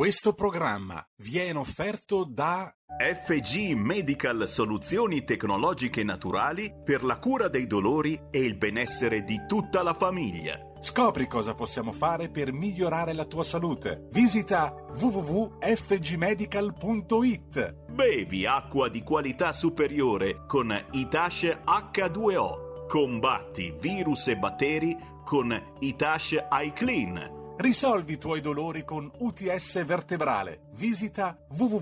Questo programma viene offerto da FG Medical Soluzioni tecnologiche naturali per la cura dei dolori e il benessere di tutta la famiglia. Scopri cosa possiamo fare per migliorare la tua salute. Visita www.fgmedical.it. Bevi acqua di qualità superiore con Itash H2O. Combatti virus e batteri con Itash iClean. Risolvi i tuoi dolori con UTS vertebrale. Visita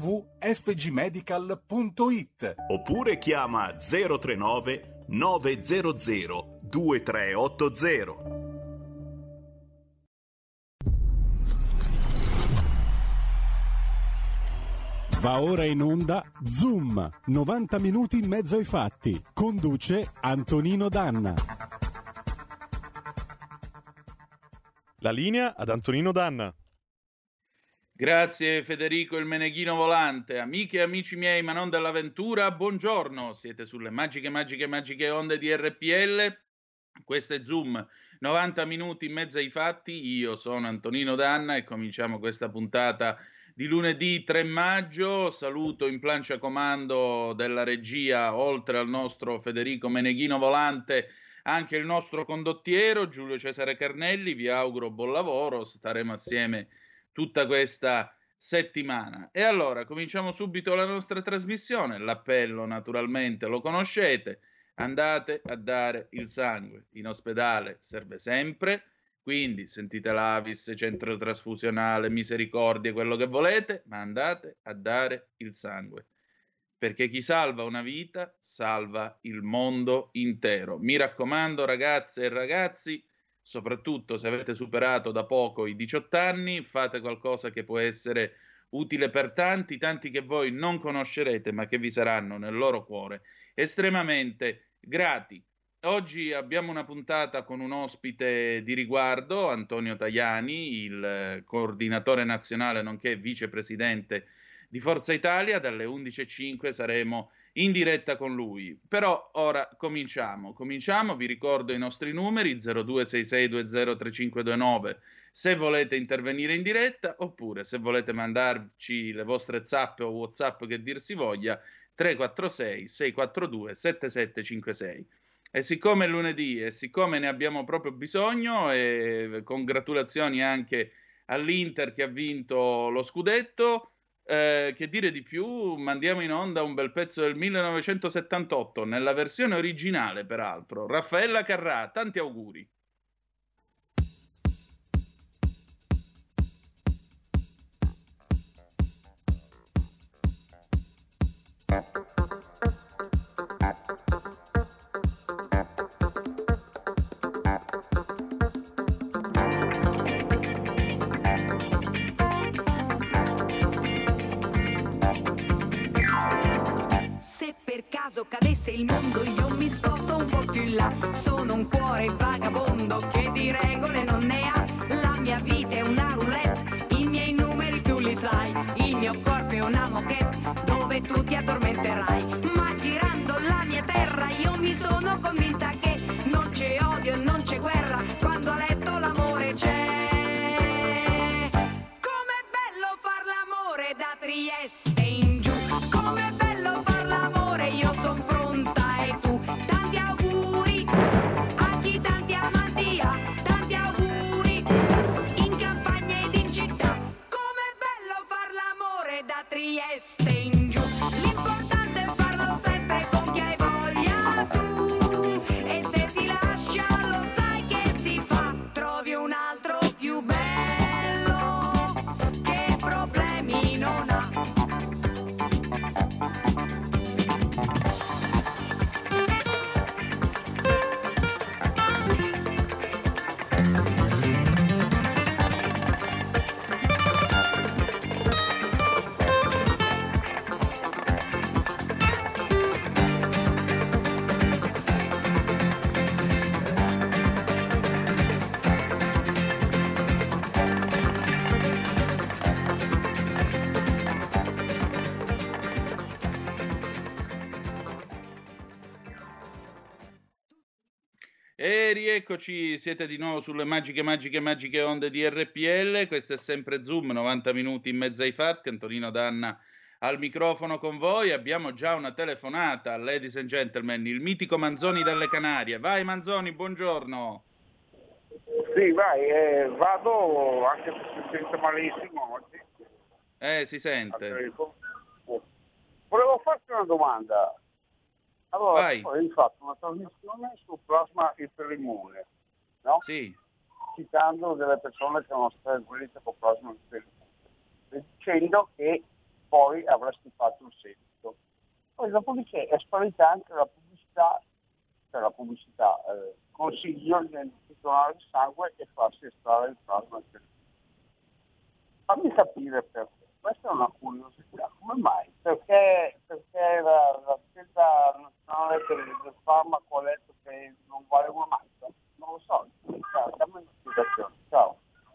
www.fgmedical.it. Oppure chiama 039 900 2380. Va ora in onda Zoom, 90 minuti in mezzo ai fatti. Conduce Antonino Danna. La linea ad Antonino Danna. Grazie Federico il Meneghino Volante. Amiche e amici miei, ma non dell'avventura, buongiorno. Siete sulle magiche onde di RPL. Questo è Zoom, 90 minuti in mezzo ai fatti. Io sono Antonino Danna e cominciamo questa puntata di lunedì 3 maggio. Saluto in plancia comando della regia, oltre al nostro Federico Meneghino Volante, anche il nostro condottiero Giulio Cesare Carnelli. Vi auguro buon lavoro, staremo assieme tutta questa settimana. E allora cominciamo subito la nostra trasmissione. L'appello naturalmente lo conoscete: andate a dare il sangue. In ospedale serve sempre, quindi sentite l'Avis, centro trasfusionale, Misericordia, quello che volete, ma andate a dare il sangue, perché chi salva una vita salva il mondo intero. Mi raccomando, ragazze e ragazzi, soprattutto se avete superato da poco i 18 anni, fate qualcosa che può essere utile per tanti che voi non conoscerete, ma che vi saranno nel loro cuore estremamente grati. Oggi abbiamo una puntata con un ospite di riguardo, Antonio Tajani, il coordinatore nazionale nonché vicepresidente di Forza Italia. Dalle 11.05 saremo in diretta con lui. Però ora cominciamo, vi ricordo i nostri numeri: 0266203529 se volete intervenire in diretta, oppure se volete mandarci le vostre zappe o WhatsApp che dir si voglia, 346 642 7756. E siccome è lunedì e siccome ne abbiamo proprio bisogno, e congratulazioni anche all'Inter che ha vinto lo scudetto, che dire di più, mandiamo in onda un bel pezzo del 1978, nella versione originale peraltro. Raffaella Carrà, tanti auguri. Cadesse il mondo, io mi sposto un po' più in là. Sono un cuore vagabondo che di regole non ne ha. La mia vita è una roulette, i miei numeri tu li sai. Il mio corpo è una moquette dove tu ti addormenterai. Ma girando la mia terra io mi sono convinta che non c'è odio e non c'è guerra quando a letto l'amore c'è. Com'è bello far l'amore da Trieste in giù. Com'è bello far l'amore, io son pronta e tu. Tanti auguri a chi tanti amanti ha. Tanti auguri in campagna ed in città. Com'è bello far l'amore da Trieste in giù. L'importante E rieccoci, siete di nuovo sulle magiche onde di RPL. Questo è sempre Zoom, 90 minuti in mezzo ai fatti. Antonino Danna al microfono con voi. Abbiamo già una telefonata, ladies and gentlemen, il mitico Manzoni dalle Canarie. Vai Manzoni, buongiorno. Sì, vai, vado anche se si sente malissimo oggi. Si sente. Volevo farti una domanda. Allora, Vai. tu hai fatto una trasmissione sul plasma iperimmune, no? Sì. Citando delle persone che sono state guarite con plasma iperimmune, dicendo che poi avresti fatto il seguito. Poi dopodiché è sparita anche la pubblicità, consiglio di donare il sangue e farsi estrarre il plasma iperimmune. Fammi capire perché. Questa è una curiosità, come mai? Perché l'azienda nazionale del farmaco ha detto che non vale una mazza? Non lo so, dammi una spiegazione. Ciao.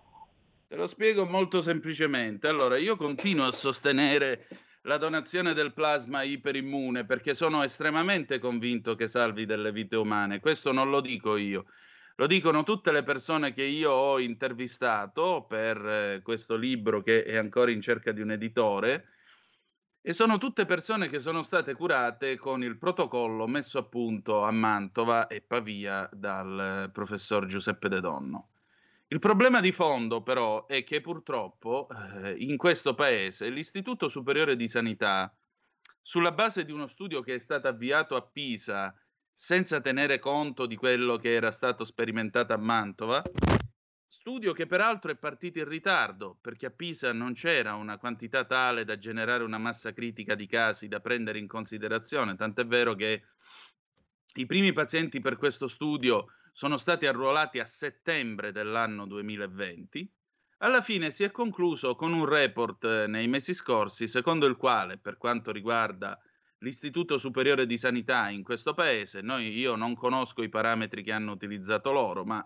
Te lo spiego molto semplicemente. Allora, io continuo a sostenere la donazione del plasma iperimmune perché sono estremamente convinto che salvi delle vite umane. Questo non lo dico io. Lo dicono tutte le persone che io ho intervistato per questo libro che è ancora in cerca di un editore e sono tutte persone che sono state curate con il protocollo messo a punto a Mantova e Pavia dal professor Giuseppe De Donno. Il problema di fondo però è che purtroppo in questo paese l'Istituto Superiore di Sanità, sulla base di uno studio che è stato avviato a Pisa senza tenere conto di quello che era stato sperimentato a Mantova, studio che peraltro è partito in ritardo perché a Pisa non c'era una quantità tale da generare una massa critica di casi da prendere in considerazione, tant'è vero che i primi pazienti per questo studio sono stati arruolati a settembre dell'anno 2020. Alla fine si è concluso con un report nei mesi scorsi secondo il quale, per quanto riguarda l'Istituto Superiore di Sanità in questo paese, io non conosco i parametri che hanno utilizzato loro, ma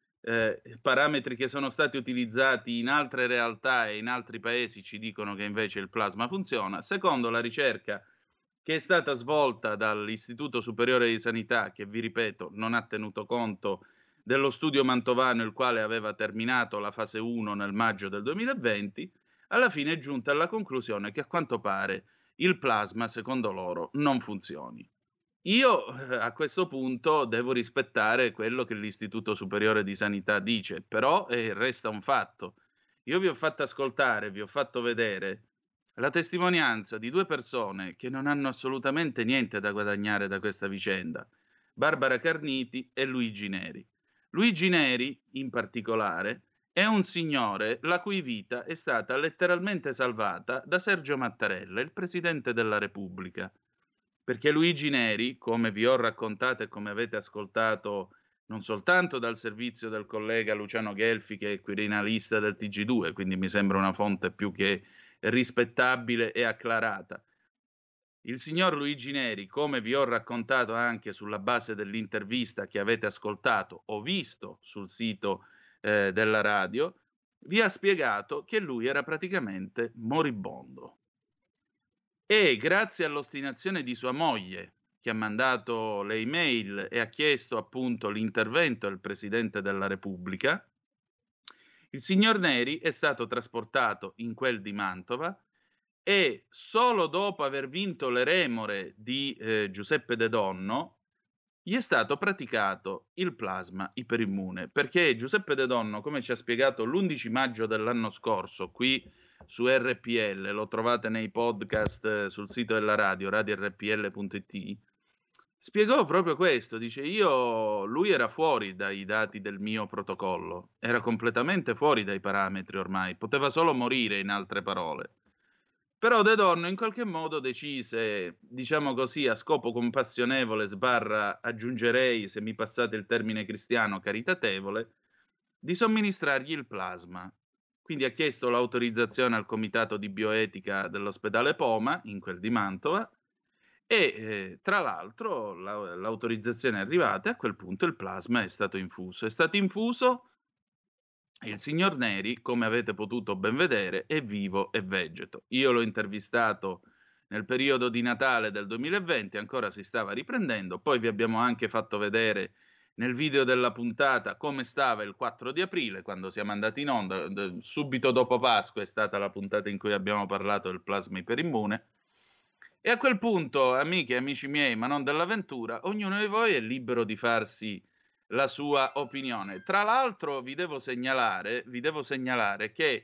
parametri che sono stati utilizzati in altre realtà e in altri paesi ci dicono che invece il plasma funziona. Secondo la ricerca che è stata svolta dall'Istituto Superiore di Sanità, che vi ripeto non ha tenuto conto dello studio mantovano, il quale aveva terminato la fase 1 nel maggio del 2020, alla fine è giunta alla conclusione che a quanto pare il plasma, secondo loro, non funzioni. Io a questo punto devo rispettare quello che l'Istituto Superiore di Sanità dice, però resta un fatto. Io vi ho fatto ascoltare, vi ho fatto vedere la testimonianza di due persone che non hanno assolutamente niente da guadagnare da questa vicenda, Barbara Carniti e Luigi Neri. Luigi Neri, in particolare, è un signore la cui vita è stata letteralmente salvata da Sergio Mattarella, il Presidente della Repubblica. Perché Luigi Neri, come vi ho raccontato e come avete ascoltato non soltanto dal servizio del collega Luciano Gelfi, che è quirinalista del TG2, quindi mi sembra una fonte più che rispettabile e acclarata. Il signor Luigi Neri, come vi ho raccontato anche sulla base dell'intervista che avete ascoltato o visto sul sito della radio, vi ha spiegato che lui era praticamente moribondo. E grazie all'ostinazione di sua moglie, che ha mandato le email e ha chiesto appunto l'intervento del Presidente della Repubblica, il signor Neri è stato trasportato in quel di Mantova e solo dopo aver vinto le remore di Giuseppe De Donno gli è stato praticato il plasma iperimmune, perché Giuseppe De Donno, come ci ha spiegato l'11 maggio dell'anno scorso qui su RPL, lo trovate nei podcast sul sito della radio, radiorpl.it, spiegò proprio questo, dice lui era fuori dai dati del mio protocollo, era completamente fuori dai parametri ormai, poteva solo morire in altre parole. Però De Donno in qualche modo decise, diciamo così, a scopo compassionevole, aggiungerei, se mi passate il termine cristiano, caritatevole, di somministrargli il plasma. Quindi ha chiesto l'autorizzazione al Comitato di Bioetica dell'ospedale Poma, in quel di Mantova, e tra l'altro l'autorizzazione è arrivata e a quel punto il plasma è stato infuso. È stato infuso. Il signor Neri, come avete potuto ben vedere, è vivo e vegeto. Io l'ho intervistato nel periodo di Natale del 2020, ancora si stava riprendendo, poi vi abbiamo anche fatto vedere nel video della puntata come stava il 4 di aprile, quando siamo andati in onda, subito dopo Pasqua è stata la puntata in cui abbiamo parlato del plasma iperimmune. E a quel punto, amiche e amici miei, ma non dell'avventura, ognuno di voi è libero di farsi la sua opinione. Tra l'altro vi devo segnalare che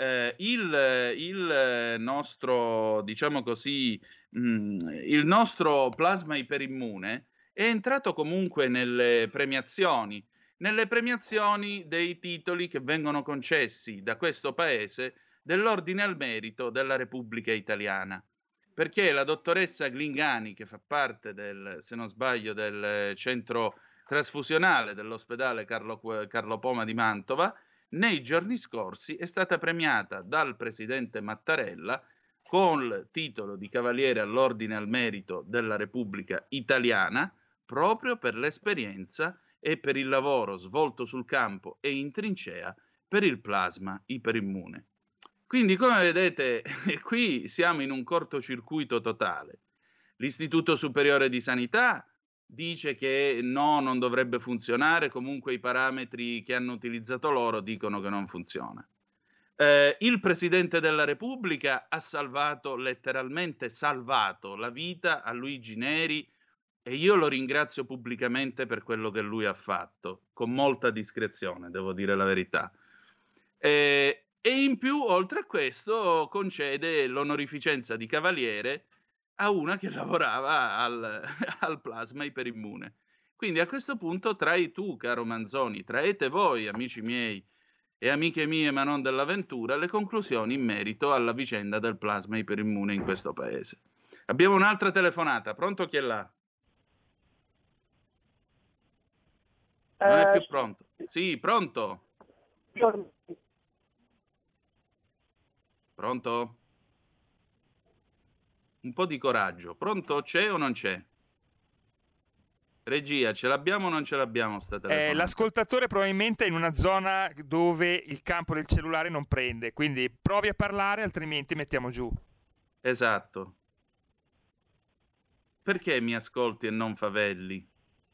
il nostro, diciamo così, il nostro plasma iperimmune è entrato comunque nelle premiazioni dei titoli che vengono concessi da questo paese dell'Ordine al Merito della Repubblica Italiana, perché la dottoressa Glingani, che fa parte se non sbaglio, del centro trasfusionale dell'ospedale Carlo Poma di Mantova, nei giorni scorsi è stata premiata dal presidente Mattarella con il titolo di Cavaliere all'Ordine al Merito della Repubblica Italiana, proprio per l'esperienza e per il lavoro svolto sul campo e in trincea per il plasma iperimmune. Quindi, come vedete, qui siamo in un cortocircuito totale. L'Istituto Superiore di Sanità dice che no, non dovrebbe funzionare, comunque i parametri che hanno utilizzato loro dicono che non funziona. Il Presidente della Repubblica ha letteralmente salvato la vita a Luigi Neri, e io lo ringrazio pubblicamente per quello che lui ha fatto, con molta discrezione, devo dire la verità. E in più, oltre a questo, concede l'onorificenza di Cavaliere a una che lavorava al plasma iperimmune. Quindi a questo punto trai tu, caro Manzoni, traete voi, amici miei e amiche mie ma non dell'avventura, le conclusioni in merito alla vicenda del plasma iperimmune in questo paese. Abbiamo un'altra telefonata, pronto chi è là? Non è più pronto. Sì, pronto? Pronto? Un po' di coraggio. Pronto? C'è o non c'è? Regia, ce l'abbiamo o non ce l'abbiamo sta telefonata? L'ascoltatore probabilmente è in una zona dove il campo del cellulare non prende, quindi provi a parlare, altrimenti mettiamo giù. Esatto. Perché mi ascolti e non favelli?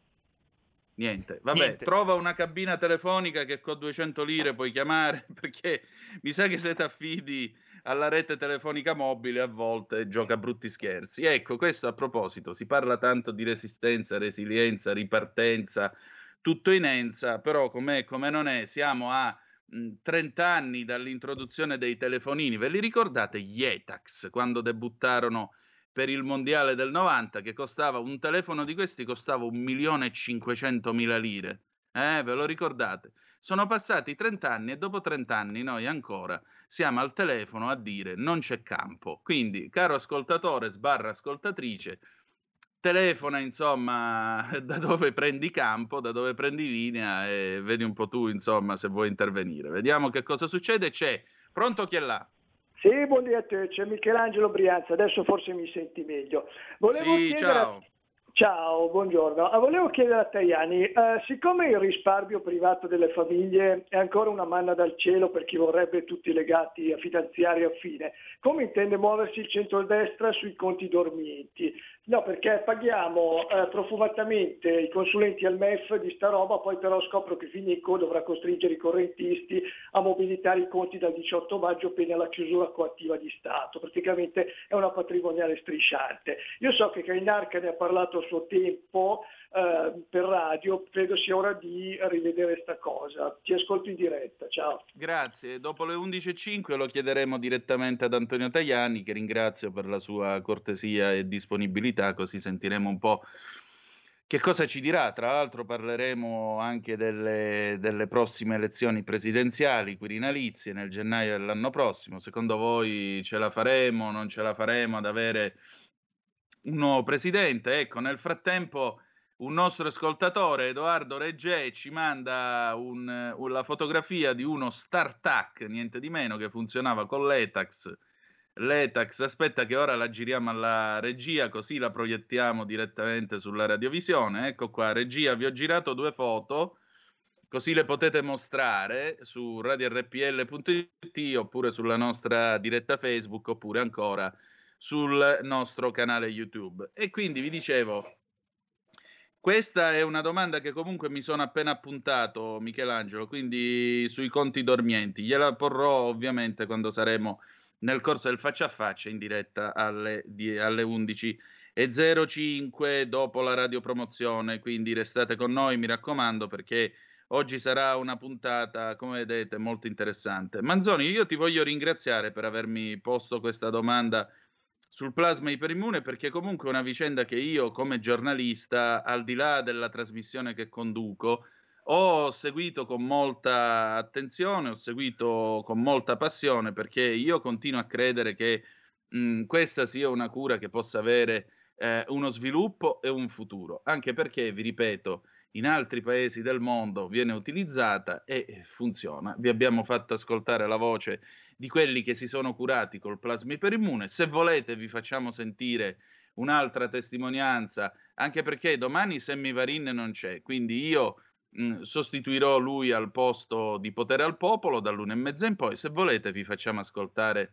Niente, vabbè, Niente. Trova una cabina telefonica che con 200 lire puoi chiamare, perché mi sa che se ti affidi alla rete telefonica mobile a volte gioca brutti scherzi. Ecco, questo a proposito, si parla tanto di resistenza, resilienza, ripartenza, tutto in enza, però com'è, come non è, siamo a 30 anni dall'introduzione dei telefonini. Ve li ricordate gli Etax, quando debuttarono per il mondiale del 90, che costava un telefono di questi costava 1.500.000 lire? Ve lo ricordate? Sono passati 30 anni e dopo 30 anni noi ancora siamo al telefono a dire non c'è campo. Quindi, caro ascoltatore / ascoltatrice, telefona insomma da dove prendi campo, da dove prendi linea e vedi un po' tu insomma se vuoi intervenire. Vediamo che cosa succede. C'è. Pronto chi è là? Sì, buondì a te, c'è Michelangelo Brianza, adesso forse mi senti meglio. Sì, ciao. Ciao, buongiorno. Volevo chiedere a Tajani, siccome il risparmio privato delle famiglie è ancora una manna dal cielo per chi vorrebbe tutti legati a finanziari affine, come intende muoversi il centrodestra sui conti dormienti? No, perché paghiamo profumatamente i consulenti al MEF di sta roba, poi però scopro che Finicco dovrà costringere i correntisti a mobilitare i conti dal 18 maggio pena la chiusura coattiva di Stato. Praticamente è una patrimoniale strisciante. Io so che Cainarca ne ha parlato a suo tempo per radio, credo sia ora di rivedere sta cosa. Ti ascolto in diretta, ciao. Grazie, dopo le 11.05 lo chiederemo direttamente ad Antonio Tajani, che ringrazio per la sua cortesia e disponibilità, così sentiremo un po' che cosa ci dirà. Tra l'altro parleremo anche delle prossime elezioni presidenziali, quirinalizie, nel gennaio dell'anno prossimo. Secondo voi ce la faremo, non ce la faremo ad avere un nuovo presidente? Ecco, nel frattempo un nostro ascoltatore, Edoardo Reggè, ci manda la fotografia di uno StarTAC, niente di meno, che funzionava con l'Etax. L'Etax, aspetta che ora la giriamo alla regia, così la proiettiamo direttamente sulla radiovisione. Ecco qua, regia, vi ho girato 2 foto, così le potete mostrare su radiorpl.it oppure sulla nostra diretta Facebook oppure ancora sul nostro canale YouTube. E quindi vi dicevo, Questa è una domanda che comunque mi sono appena appuntato, Michelangelo, quindi sui conti dormienti. Gliela porrò ovviamente quando saremo nel corso del faccia a faccia in diretta alle 11:05 dopo la radiopromozione, quindi restate con noi, mi raccomando, perché oggi sarà una puntata, come vedete, molto interessante. Manzoni, io ti voglio ringraziare per avermi posto questa domanda sul plasma iperimmune, perché comunque è una vicenda che io come giornalista, al di là della trasmissione che conduco, ho seguito con molta attenzione, ho seguito con molta passione, perché io continuo a credere che questa sia una cura che possa avere uno sviluppo e un futuro, anche perché, vi ripeto, in altri paesi del mondo viene utilizzata e funziona. Vi abbiamo fatto ascoltare la voce di quelli che si sono curati col plasma iperimmune. Se volete vi facciamo sentire un'altra testimonianza, anche perché domani Sammy Varin non c'è, quindi io sostituirò lui al posto di Potere al Popolo dall'1:30 in poi. Se volete vi facciamo ascoltare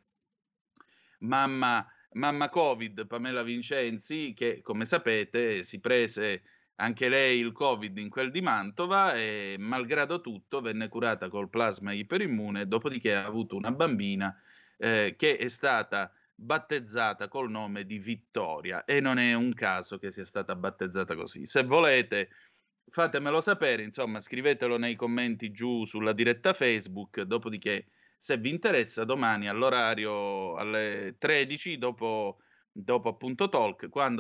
mamma Covid, Pamela Vincenzi, che come sapete si prese anche lei il Covid in quel di Mantova e malgrado tutto venne curata col plasma iperimmune, dopodiché ha avuto una bambina che è stata battezzata col nome di Vittoria, e non è un caso che sia stata battezzata così. Se volete fatemelo sapere, insomma, scrivetelo nei commenti giù sulla diretta Facebook, dopodiché se vi interessa domani all'orario alle 13 dopo appunto Talk, quando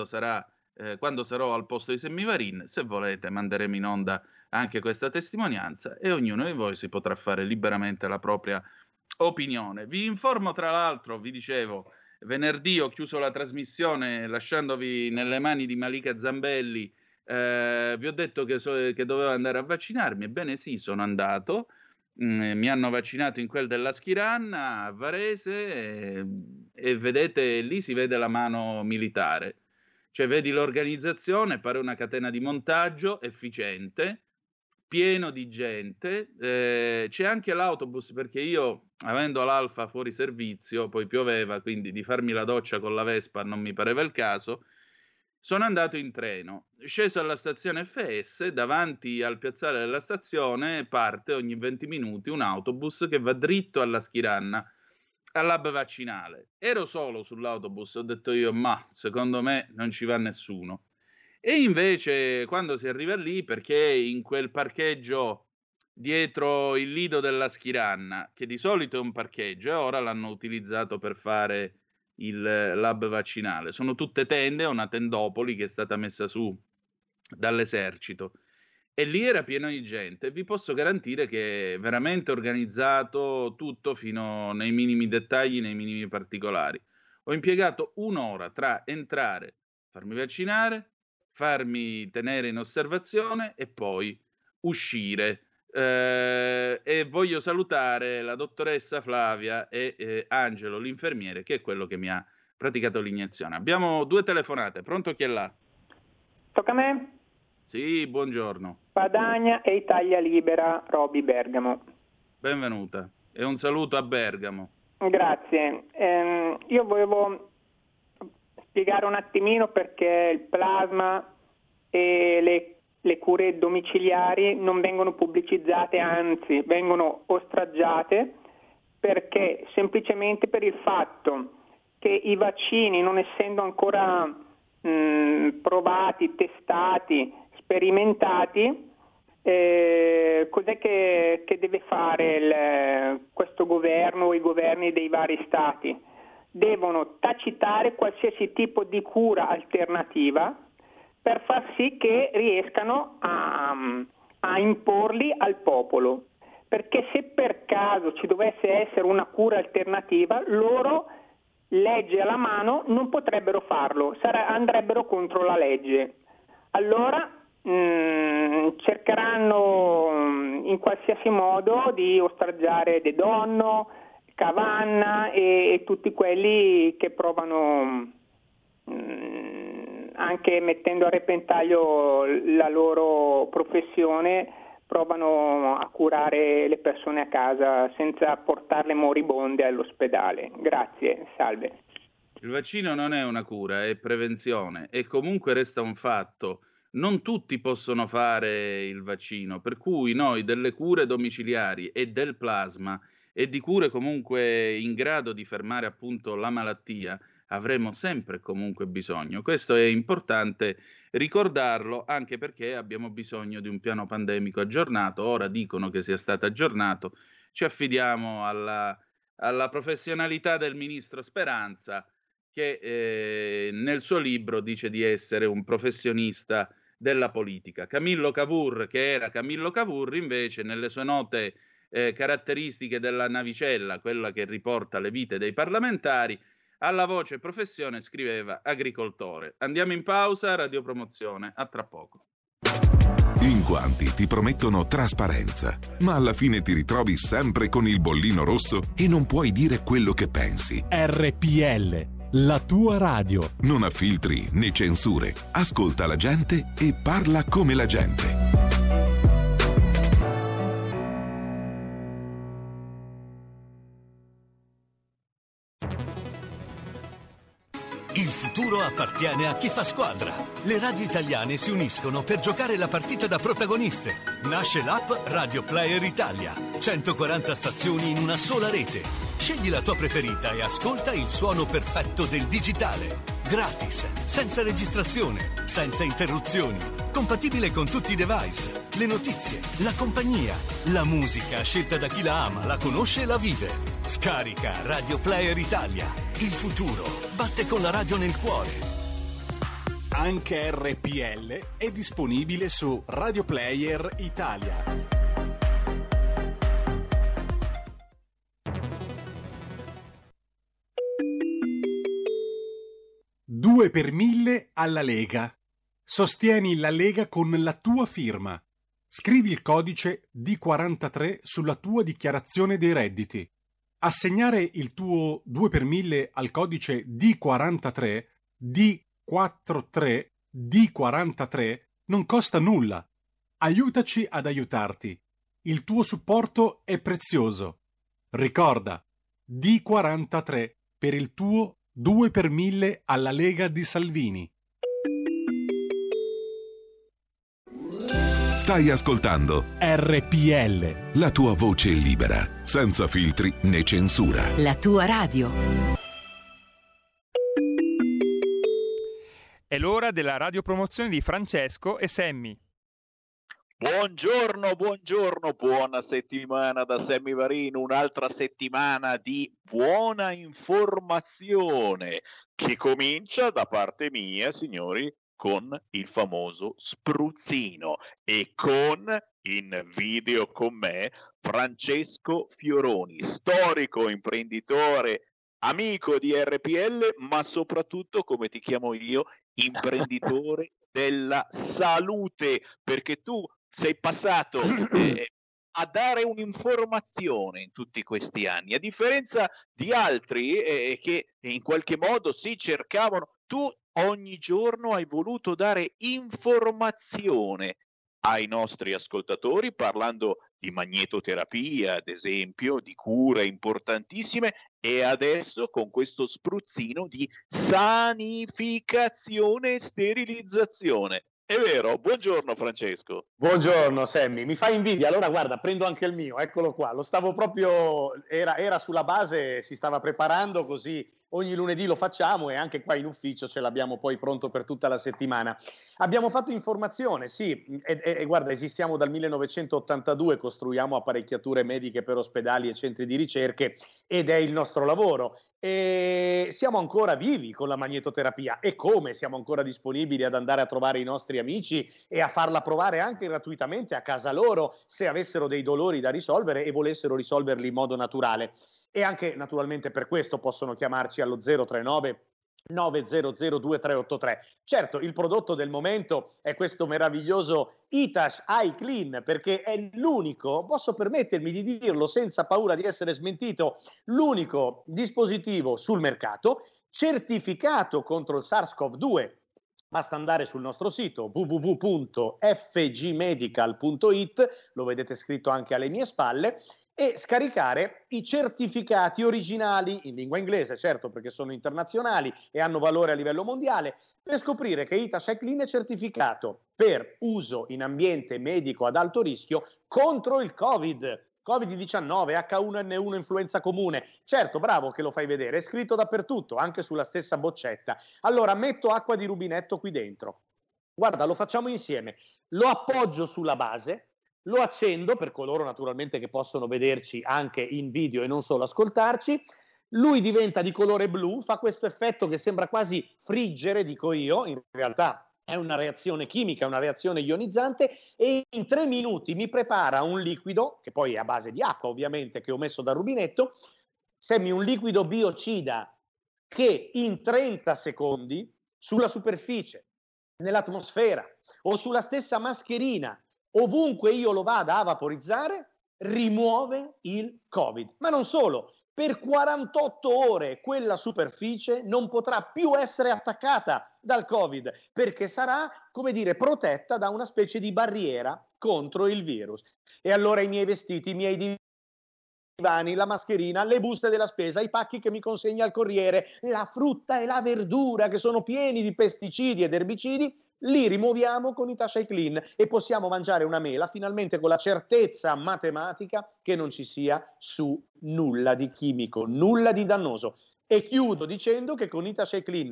sarò al posto di Sammy Varin, se volete manderemo in onda anche questa testimonianza e ognuno di voi si potrà fare liberamente la propria opinione. Vi informo, tra l'altro, vi dicevo, venerdì ho chiuso la trasmissione lasciandovi nelle mani di Malika Zambelli. Vi ho detto che dovevo andare a vaccinarmi, ebbene sì, sono andato. Mi hanno vaccinato in quel della Schiranna a Varese e vedete, lì si vede la mano militare, cioè vedi l'organizzazione, pare una catena di montaggio efficiente, pieno di gente, c'è anche l'autobus, perché io, avendo l'Alfa fuori servizio, poi pioveva, quindi di farmi la doccia con la Vespa non mi pareva il caso. Sono andato in treno, sceso alla stazione FS, davanti al piazzale della stazione parte ogni 20 minuti un autobus che va dritto alla Schiranna, all'hub vaccinale. Ero solo sull'autobus, ho detto io, ma secondo me non ci va nessuno. E invece quando si arriva lì, perché in quel parcheggio dietro il lido della Schiranna, che di solito è un parcheggio e ora l'hanno utilizzato per fare il lab vaccinale, sono tutte tende, una tendopoli che è stata messa su dall'esercito, e lì era pieno di gente. Vi posso garantire che è veramente organizzato tutto fino nei minimi dettagli, nei minimi particolari. Ho impiegato un'ora tra entrare, farmi vaccinare, farmi tenere in osservazione e poi uscire. E voglio salutare la dottoressa Flavia e Angelo, l'infermiere, che è quello che mi ha praticato l'iniezione. Abbiamo 2 telefonate. Pronto, chi è là? Tocca a me? Sì, buongiorno. Padania e Italia Libera, Roby Bergamo. Benvenuta e un saluto a Bergamo. Grazie. Io volevo spiegare un attimino perché il plasma e le cure domiciliari non vengono pubblicizzate, anzi vengono ostraggiate, perché semplicemente per il fatto che i vaccini, non essendo ancora provati, testati, sperimentati, cos'è che deve fare questo governo o i governi dei vari stati? Devono tacitare qualsiasi tipo di cura alternativa per far sì che riescano a imporli al popolo, perché se per caso ci dovesse essere una cura alternativa, loro, legge alla mano, non potrebbero farlo, andrebbero contro la legge. Allora cercheranno in qualsiasi modo di ostraggiare De Donno, Cavanna e tutti quelli che provano, anche mettendo a repentaglio la loro professione, provano a curare le persone a casa senza portarle moribonde all'ospedale. Grazie, salve. Il vaccino non è una cura, è prevenzione, e comunque resta un fatto. non tutti possono fare il vaccino, per cui noi delle cure domiciliari e del plasma e di cure comunque in grado di fermare appunto la malattia avremo sempre comunque bisogno. Questo è importante ricordarlo, anche perché abbiamo bisogno di un piano pandemico aggiornato. Ora dicono che sia stato aggiornato, ci affidiamo alla professionalità del ministro Speranza, che nel suo libro dice di essere un professionista della politica. Camillo Cavour, che era Camillo Cavour, invece nelle sue note caratteristiche della navicella, quella che riporta le vite dei parlamentari, alla voce professione scriveva agricoltore. Andiamo in pausa, radiopromozione, a tra poco. In quanti ti promettono trasparenza, ma alla fine ti ritrovi sempre con il bollino rosso e non puoi dire quello che pensi. RPL, la tua radio. Non ha filtri né censure. Ascolta la gente e parla come la gente. Il futuro appartiene a chi fa squadra. Le radio italiane si uniscono per giocare la partita da protagoniste. Nasce l'app Radio Player Italia. 140 stazioni in una sola rete. Scegli la tua preferita e ascolta il suono perfetto del digitale. Gratis, senza registrazione, senza interruzioni. Compatibile con tutti i device. Le notizie, la compagnia, la musica scelta da chi la ama, la conosce e la vive. Scarica Radio Player Italia. Il futuro batte con la radio nel cuore. Anche RPL è disponibile su Radio Player Italia. Due per 1000 alla Lega. Sostieni la Lega con la tua firma. Scrivi il codice D43 sulla tua dichiarazione dei redditi. Assegnare il tuo 2 per 1000 al codice D43, D43, D43 non costa nulla. Aiutaci ad aiutarti. Il tuo supporto è prezioso. Ricorda, D43 per il tuo 2 per 1000 alla Lega di Salvini. Stai ascoltando RPL, la tua voce libera, senza filtri né censura. La tua radio. È l'ora della radiopromozione di Francesco e Sammy. Buongiorno, buona settimana da Sammy Varin, un'altra settimana di buona informazione che comincia da parte mia, signori, con il famoso spruzzino e con in video con me Francesco Fioroni, storico imprenditore, amico di RPL, ma soprattutto, come ti chiamo io, imprenditore della salute, perché tu sei passato a dare un'informazione in tutti questi anni, a differenza di altri che in qualche modo si cercavano. Tu ogni giorno hai voluto dare informazione ai nostri ascoltatori, parlando di magnetoterapia, ad esempio, di cure importantissime, e adesso con questo spruzzino di sanificazione e sterilizzazione. È vero? Buongiorno Francesco. Buongiorno Sammy, mi fa invidia. Allora guarda, prendo anche il mio, eccolo qua. Lo stavo proprio, era sulla base, si stava preparando, così ogni lunedì lo facciamo e anche qua in ufficio ce l'abbiamo poi pronto per tutta la settimana. Abbiamo fatto informazione, sì, e guarda, esistiamo dal 1982, costruiamo apparecchiature mediche per ospedali e centri di ricerche ed è il nostro lavoro. E siamo ancora vivi con la magnetoterapia, e come siamo ancora disponibili ad andare a trovare i nostri amici e a farla provare anche gratuitamente a casa loro se avessero dei dolori da risolvere e volessero risolverli in modo naturale. E anche naturalmente per questo possono chiamarci allo 039 900 2383. Certo, il prodotto del momento è questo meraviglioso Hitachi iClean, perché è l'unico, posso permettermi di dirlo senza paura di essere smentito, l'unico dispositivo sul mercato certificato contro il SARS-CoV-2. Basta andare sul nostro sito www.fgmedical.it, lo vedete scritto anche alle mie spalle, e scaricare i certificati originali in lingua inglese, certo, perché sono internazionali e hanno valore a livello mondiale, per scoprire che Itasha Clean è certificato per uso in ambiente medico ad alto rischio contro il Covid-19, H1N1 influenza comune. Certo, bravo che lo fai vedere, è scritto dappertutto, anche sulla stessa boccetta. Allora, metto acqua di rubinetto qui dentro. Guarda, lo facciamo insieme. Lo appoggio sulla base, lo accendo per coloro naturalmente che possono vederci anche in video e non solo ascoltarci. Lui diventa di colore blu, fa questo effetto che sembra quasi friggere, dico io, in realtà è una reazione chimica, una reazione ionizzante, e in 3 minuti mi prepara un liquido, che poi è a base di acqua ovviamente, che ho messo dal rubinetto, un liquido biocida che in 30 secondi sulla superficie, nell'atmosfera o sulla stessa mascherina, ovunque io lo vada a vaporizzare, rimuove il Covid. Ma non solo, per 48 ore quella superficie non potrà più essere attaccata dal Covid, perché sarà, come dire, protetta da una specie di barriera contro il virus. E allora i miei vestiti, i miei divani, la mascherina, le buste della spesa, i pacchi che mi consegna il corriere, la frutta e la verdura che sono pieni di pesticidi ed erbicidi, li rimuoviamo con Itasha Clean e possiamo mangiare una mela finalmente con la certezza matematica che non ci sia su nulla di chimico, nulla di dannoso. E chiudo dicendo che con Itasha Clean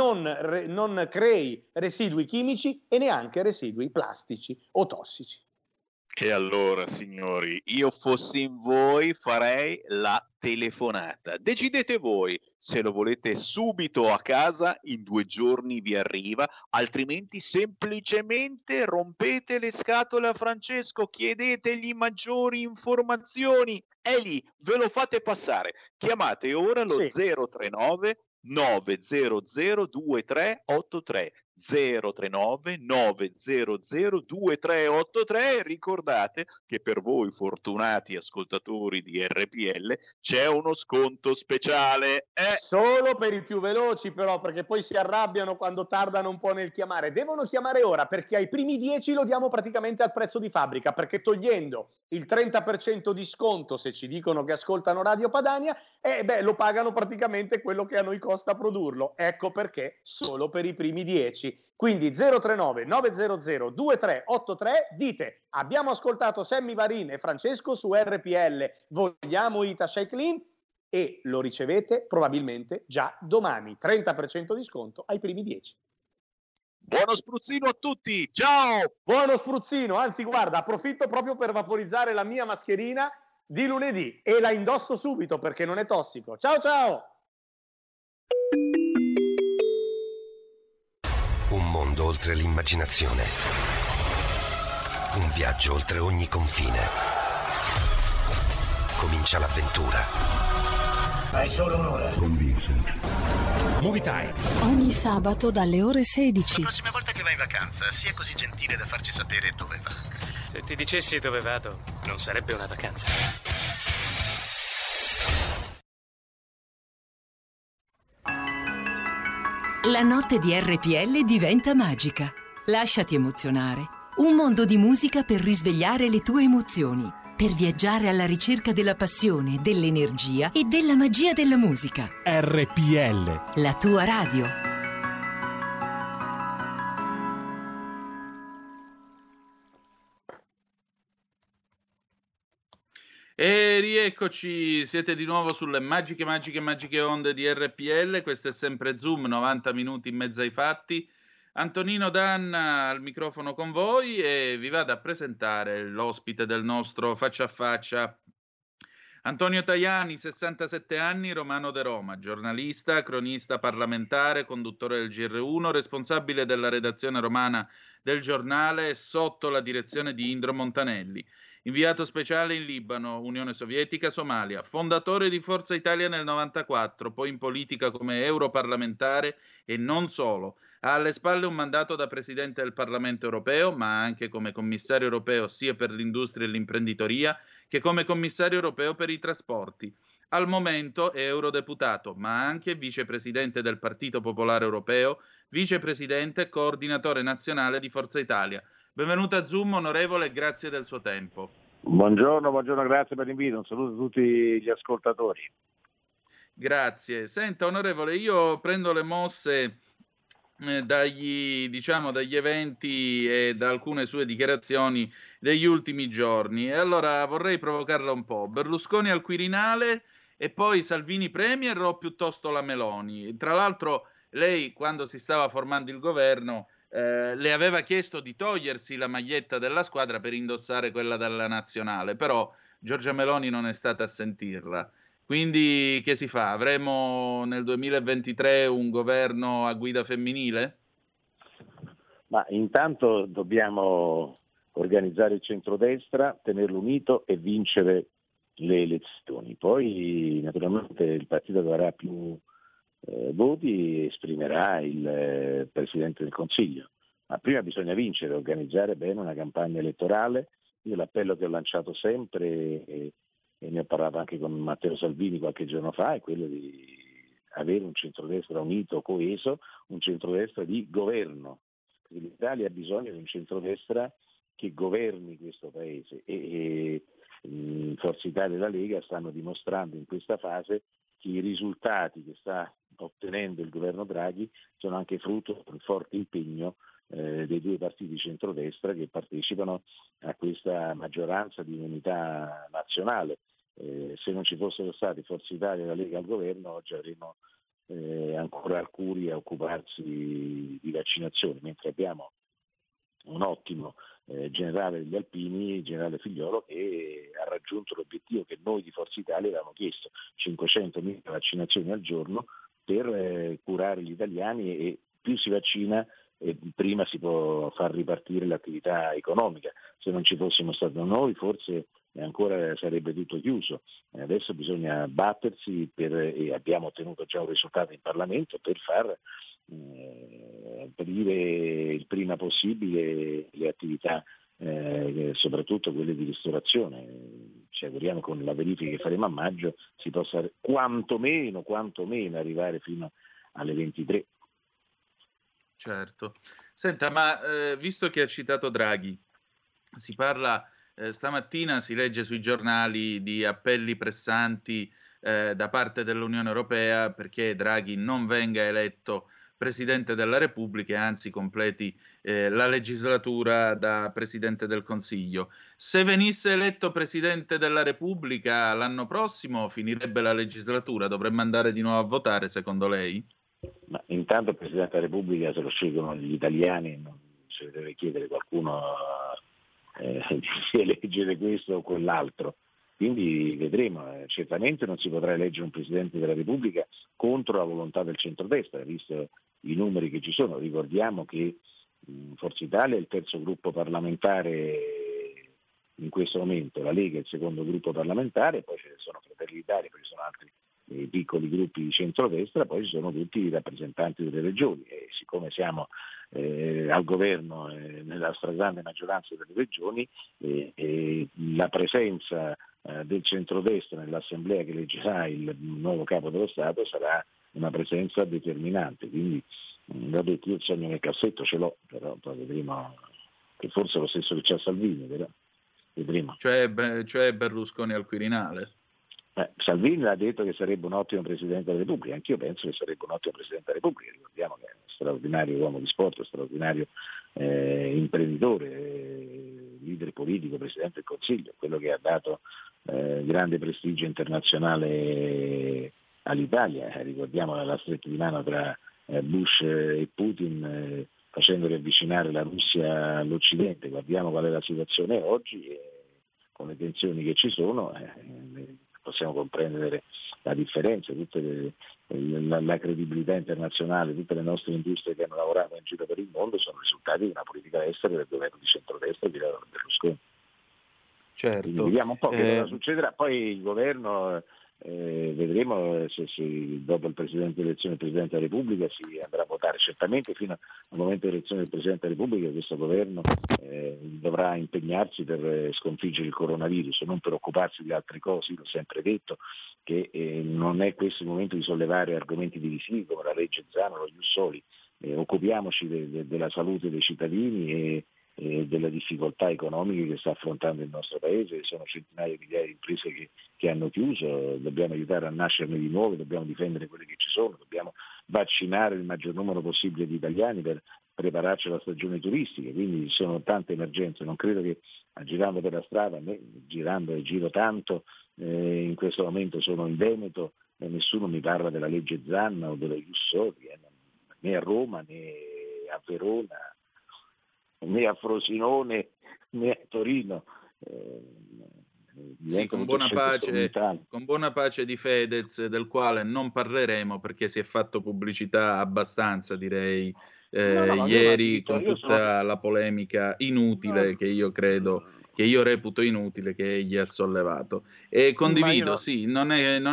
non crei residui chimici e neanche residui plastici o tossici. E allora, signori, io fossi in voi farei la telefonata. Decidete voi se lo volete subito a casa, in 2 giorni vi arriva, altrimenti semplicemente rompete le scatole a Francesco, chiedetegli maggiori informazioni, è lì, ve lo fate passare. Chiamate ora lo 039 900 2383 039 900 2383. Ricordate che per voi fortunati ascoltatori di RPL c'è uno sconto speciale. Solo per i più veloci però, perché poi si arrabbiano quando tardano un po' nel chiamare. Devono chiamare ora, perché ai primi 10 lo diamo praticamente al prezzo di fabbrica, perché togliendo il 30% di sconto se ci dicono che ascoltano Radio Padania, lo pagano praticamente quello che a noi costa produrlo. Ecco perché solo per i primi 10. Quindi 039 900 2383, dite: abbiamo ascoltato Sammy Varin e Francesco su RPL, vogliamo Itasha Clean, e lo ricevete probabilmente già domani. 30% di sconto ai primi 10. Buono spruzzino a tutti, ciao! Buono spruzzino, anzi guarda, approfitto proprio per vaporizzare la mia mascherina di lunedì e la indosso subito perché non è tossico. Ciao ciao! Un mondo oltre l'immaginazione. Un viaggio oltre ogni confine. Comincia l'avventura. Hai solo un'ora. Con Vincent. Movie Time. Ogni sabato dalle ore 16. La prossima volta che vai in vacanza, sia così gentile da farci sapere dove va. Se ti dicessi dove vado, non sarebbe una vacanza. La notte di RPL diventa magica. Lasciati emozionare. Un mondo di musica per risvegliare le tue emozioni. Per viaggiare alla ricerca della passione, dell'energia e della magia della musica. RPL. La tua radio. E rieccoci, siete di nuovo sulle magiche onde di RPL. Questo è sempre Zoom, 90 minuti in mezzo ai fatti. Antonino Danna al microfono con voi e vi vado a presentare l'ospite del nostro Faccia a Faccia. Antonio Tajani, 67 anni, romano de Roma, giornalista, cronista parlamentare, conduttore del GR1, responsabile della redazione romana del giornale sotto la direzione di Indro Montanelli. Inviato speciale in Libano, Unione Sovietica, Somalia, fondatore di Forza Italia nel 94, poi in politica come europarlamentare e non solo. Ha alle spalle un mandato da presidente del Parlamento europeo, ma anche come commissario europeo sia per l'industria e l'imprenditoria che come commissario europeo per i trasporti. Al momento è eurodeputato, ma anche vicepresidente del Partito Popolare Europeo, vicepresidente e coordinatore nazionale di Forza Italia. Benvenuto a Zoom, onorevole, e grazie del suo tempo. Buongiorno, grazie per l'invito, un saluto a tutti gli ascoltatori. Grazie. Senta, onorevole, io prendo le mosse dagli eventi e da alcune sue dichiarazioni degli ultimi giorni, e allora vorrei provocarla un po'. Berlusconi al Quirinale e poi Salvini premier o piuttosto la Meloni? Tra l'altro lei, quando si stava formando il governo, le aveva chiesto di togliersi la maglietta della squadra per indossare quella della nazionale, però Giorgia Meloni non è stata a sentirla. Quindi che si fa? Avremo nel 2023 un governo a guida femminile? Ma intanto dobbiamo organizzare il centrodestra, tenerlo unito e vincere le elezioni. Poi naturalmente il partito che avrà più voti esprimerà il Presidente del Consiglio. Ma prima bisogna vincere, organizzare bene una campagna elettorale. Io l'appello che ho lanciato sempre e ne ho parlato anche con Matteo Salvini qualche giorno fa, è quello di avere un centrodestra unito, coeso, un centrodestra di governo. L'Italia ha bisogno di un centrodestra che governi questo paese e Forza Italia e la Lega stanno dimostrando in questa fase che i risultati che sta ottenendo il governo Draghi sono anche frutto del forte impegno dei due partiti di centrodestra che partecipano a questa maggioranza di unità nazionale. Se non ci fossero stati Forza Italia e la Lega al governo, oggi avremmo ancora Arcuri a occuparsi di vaccinazioni, mentre abbiamo un ottimo generale degli Alpini, il generale Figliolo, che ha raggiunto l'obiettivo che noi di Forza Italia avevamo chiesto, 500.000 vaccinazioni al giorno per curare gli italiani, e più si vaccina e prima si può far ripartire l'attività economica. Se non ci fossimo stati noi forse ancora sarebbe tutto chiuso. Adesso bisogna battersi e abbiamo ottenuto già un risultato in Parlamento per far aprire il prima possibile le attività, soprattutto quelle di ristorazione. Ci auguriamo con la verifica che faremo a maggio si possa quantomeno arrivare fino alle 23. Certo. Senta, ma visto che ha citato Draghi, si parla, stamattina si legge sui giornali di appelli pressanti da parte dell'Unione Europea perché Draghi non venga eletto Presidente della Repubblica e anzi completi la legislatura da Presidente del Consiglio. Se venisse eletto Presidente della Repubblica l'anno prossimo finirebbe la legislatura, dovremmo andare di nuovo a votare secondo lei? Ma intanto il Presidente della Repubblica se lo scelgono gli italiani, non si deve chiedere qualcuno di eleggere questo o quell'altro. Quindi vedremo, certamente non si potrà eleggere un Presidente della Repubblica contro la volontà del centrodestra, visto i numeri che ci sono. Ricordiamo che Forza Italia è il terzo gruppo parlamentare in questo momento, la Lega è il secondo gruppo parlamentare, poi ce ne sono Fratelli d'Italia, poi ci sono altri piccoli gruppi di centrodestra, poi ci sono tutti i rappresentanti delle regioni e siccome siamo al governo nella stragrande maggioranza delle regioni la presenza del centrodestra nell'assemblea che eleggerà il nuovo capo dello Stato sarà una presenza determinante, quindi l'ho detto, io il sogno nel cassetto ce l'ho, però poi vedremo, che forse è lo stesso che c'ha Salvini, però vedremo. Cioè Berlusconi al Quirinale? Salvini ha detto che sarebbe un ottimo Presidente della Repubblica, anch'io penso che sarebbe un ottimo Presidente della Repubblica, ricordiamo che è un straordinario uomo di sport, un straordinario imprenditore, leader politico, Presidente del Consiglio, quello che ha dato grande prestigio internazionale all'Italia, ricordiamo la stretta di mano tra Bush e Putin facendo riavvicinare la Russia all'Occidente, guardiamo qual è la situazione oggi e con le tensioni che ci sono possiamo comprendere la differenza, la credibilità internazionale, tutte le nostre industrie che hanno lavorato in giro per il mondo sono risultati di una politica estera del governo di centrodestra di Berlusconi. Certo. Quindi vediamo un po' che cosa succederà, poi il governo vedremo se dopo il Presidente dell'elezione del Presidente della Repubblica si andrà a votare. Certamente fino al momento dell'elezione del Presidente della Repubblica questo governo dovrà impegnarsi per sconfiggere il coronavirus, non per occuparsi di altre cose. Io l'ho sempre detto che non è questo il momento di sollevare argomenti divisivi come la legge Zan o lo Ius Soli, occupiamoci della salute dei cittadini delle difficoltà economiche che sta affrontando il nostro Paese. Sono centinaia di migliaia di imprese che hanno chiuso, dobbiamo aiutare a nascerne di nuove, dobbiamo difendere quelle che ci sono, dobbiamo vaccinare il maggior numero possibile di italiani per prepararci alla stagione turistica, quindi ci sono tante emergenze. Non credo che girando per la strada, girando e giro tanto, in questo momento sono in Veneto e nessuno mi parla della legge Zan o dello Ius Soli, né a Roma né a Verona né a Frosinone né a Torino. Sì, con buona pace di Fedez, del quale non parleremo perché si è fatto pubblicità abbastanza, direi, ieri, con tutta la polemica inutile che io reputo inutile che egli ha sollevato. E condivido, sì, non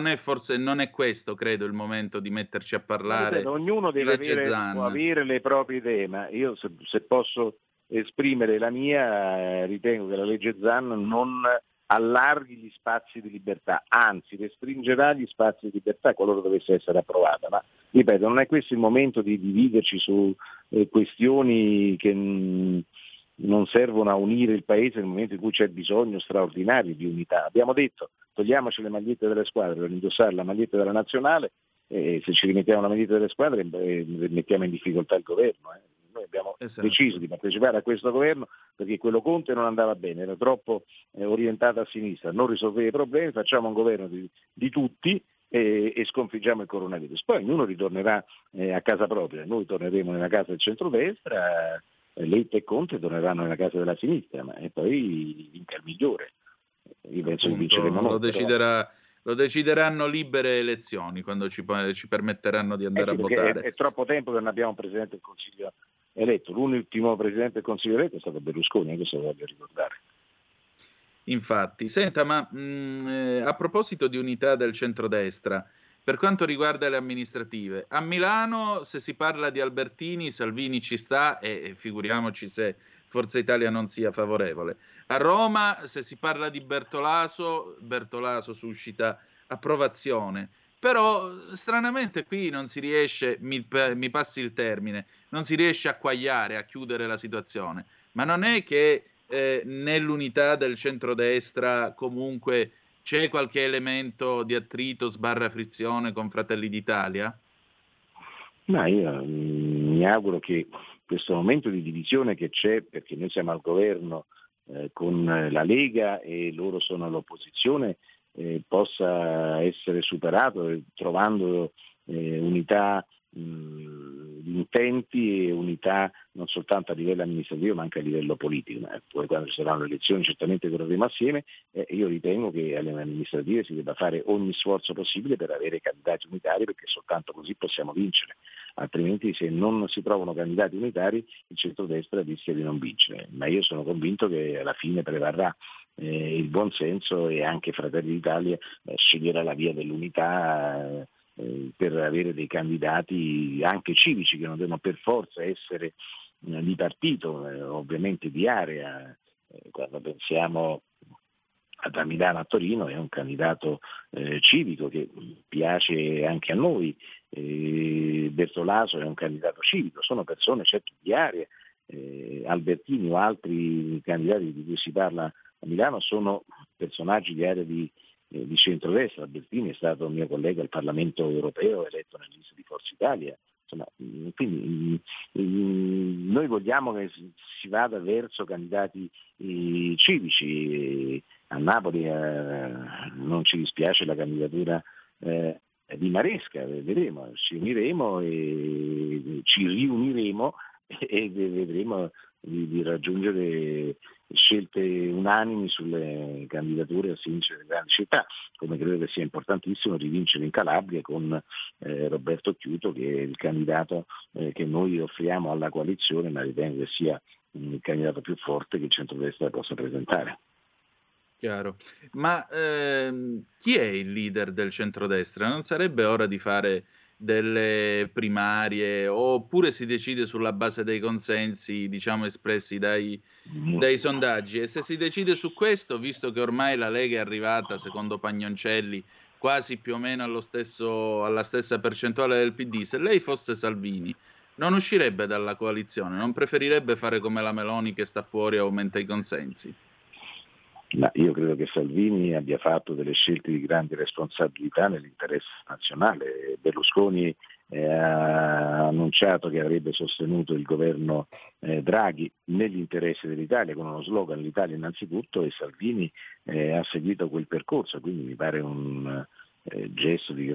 è questo, credo, il momento di metterci a parlare. Ognuno deve può avere le proprie idee, ma io se posso esprimere la mia, ritengo che la legge Zan non allarghi gli spazi di libertà, anzi restringerà gli spazi di libertà qualora dovesse essere approvata. Ma ripeto, non è questo il momento di dividerci su questioni che non servono a unire il Paese nel momento in cui c'è bisogno straordinario di unità. Abbiamo detto, togliamoci le magliette delle squadre per indossare la maglietta della nazionale, e se ci rimettiamo la maglietta delle squadre mettiamo in difficoltà il governo. Noi abbiamo deciso di partecipare a questo governo perché quello Conte non andava bene, era troppo orientato a sinistra, non risolveva i problemi, facciamo un governo di tutti e sconfiggiamo il coronavirus. Poi ognuno ritornerà a casa propria, noi torneremo nella casa del centrodestra, Letta e Conte torneranno nella casa della sinistra, e poi vinca il migliore. Io penso che vinceremo noi. Lo decideranno libere elezioni quando ci permetteranno di andare a votare. È troppo tempo che non abbiamo un Presidente del Consiglio eletto. L'ultimo Presidente del Consiglio eletto è stato Berlusconi, questo lo voglio ricordare. Infatti, senta, ma a proposito di unità del centrodestra, per quanto riguarda le amministrative, a Milano se si parla di Albertini, Salvini ci sta e figuriamoci se Forza Italia non sia favorevole. A Roma se si parla di Bertolaso suscita approvazione. Però stranamente qui non si riesce, mi passi il termine, non si riesce a quagliare, a chiudere la situazione. Ma non è che nell'unità del centrodestra comunque c'è qualche elemento di attrito / frizione con Fratelli d'Italia? Ma io mi auguro che questo momento di divisione che c'è, perché noi siamo al governo con la Lega e loro sono all'opposizione, possa essere superato trovando unità di intenti e unità non soltanto a livello amministrativo ma anche a livello politico. Poi quando ci saranno le elezioni certamente correremo assieme. Io ritengo che alle amministrative si debba fare ogni sforzo possibile per avere candidati unitari, perché soltanto così possiamo vincere, altrimenti se non si trovano candidati unitari il centrodestra rischia di non vincere. Ma io sono convinto che alla fine prevarrà il buon senso e anche Fratelli d'Italia sceglierà la via dell'unità per avere dei candidati anche civici, che non devono per forza essere di partito, ovviamente di area. Quando pensiamo da Milano a Torino è un candidato civico che piace anche a noi, Bertolaso è un candidato civico, sono persone certo di area, Albertini o altri candidati di cui si parla a Milano sono personaggi di area di centrodestra. Albertini è stato mio collega al Parlamento europeo, eletto nella lista di Forza Italia. Insomma, quindi noi vogliamo che si vada verso candidati civici. A Napoli non ci dispiace la candidatura di Maresca, vedremo, ci uniremo e ci riuniremo e vedremo di raggiungere scelte unanimi sulle candidature a sindaco delle grandi città, come credo che sia importantissimo rivincere in Calabria con Roberto Chiuto, che è il candidato che noi offriamo alla coalizione, ma ritengo che sia il candidato più forte che il centrodestra possa presentare. Chiaro. Ma chi è il leader del centrodestra? Non sarebbe ora di fare delle primarie, oppure si decide sulla base dei consensi, diciamo, espressi dai sondaggi? E se si decide su questo, visto che ormai la Lega è arrivata, secondo Pagnoncelli, quasi più o meno alla stessa percentuale del PD, se lei fosse Salvini, non uscirebbe dalla coalizione, non preferirebbe fare come la Meloni che sta fuori e aumenta i consensi? Ma io credo che Salvini abbia fatto delle scelte di grande responsabilità nell'interesse nazionale. Berlusconi ha annunciato che avrebbe sostenuto il governo Draghi nell'interesse dell'Italia con uno slogan "l'Italia innanzitutto", e Salvini ha seguito quel percorso, quindi mi pare un gesto di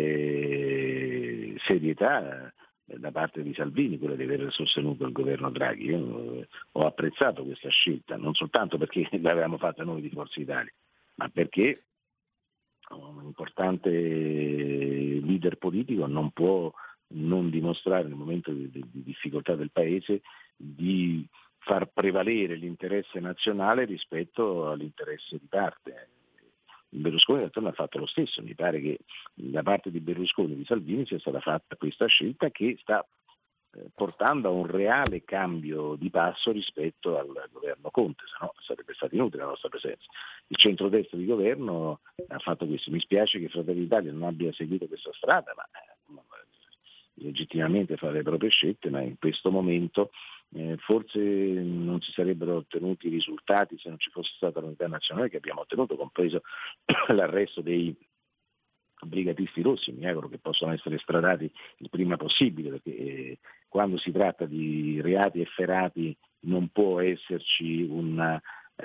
grande serietà da parte di Salvini, quello di aver sostenuto il governo Draghi. Io ho apprezzato questa scelta, non soltanto perché l'avevamo fatta noi di Forza Italia, ma perché un importante leader politico non può non dimostrare nel momento di difficoltà del Paese di far prevalere l'interesse nazionale rispetto all'interesse di parte. Berlusconi d'altronde ha fatto lo stesso, mi pare che da parte di Berlusconi e di Salvini sia stata fatta questa scelta che sta portando a un reale cambio di passo rispetto al governo Conte, se no sarebbe stata inutile la nostra presenza. Il centrodestra di governo ha fatto questo, mi spiace che Fratelli d'Italia non abbia seguito questa strada, ma legittimamente fa le proprie scelte, ma in questo momento forse non si sarebbero ottenuti i risultati se non ci fosse stata l'unità nazionale che abbiamo ottenuto, compreso l'arresto dei brigatisti rossi. Mi auguro che possano essere estradati il prima possibile, perché quando si tratta di reati efferati non può esserci uno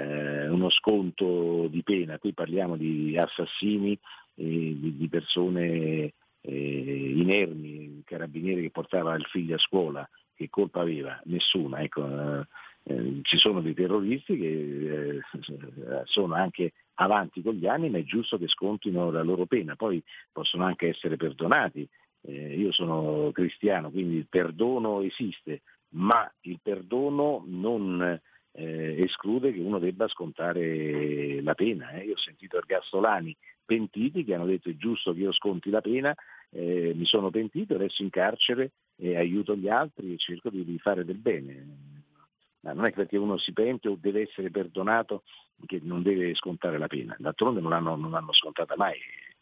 sconto di pena. Qui parliamo di assassini, di persone inermi, un carabiniere che portava il figlio a scuola, che colpa aveva? Nessuna. Ecco, ci sono dei terroristi che sono anche avanti con gli anni, ma è giusto che scontino la loro pena, poi possono anche essere perdonati. Io sono cristiano, quindi il perdono esiste, ma il perdono non esclude che uno debba scontare la pena. Io ho sentito ergastolani pentiti che hanno detto: è giusto che io sconti la pena, mi sono pentito, adesso in carcere aiuto gli altri e cerco di fare del bene. Ma non è perché uno si pente o deve essere perdonato che non deve scontare la pena, d'altronde non l'hanno scontata mai.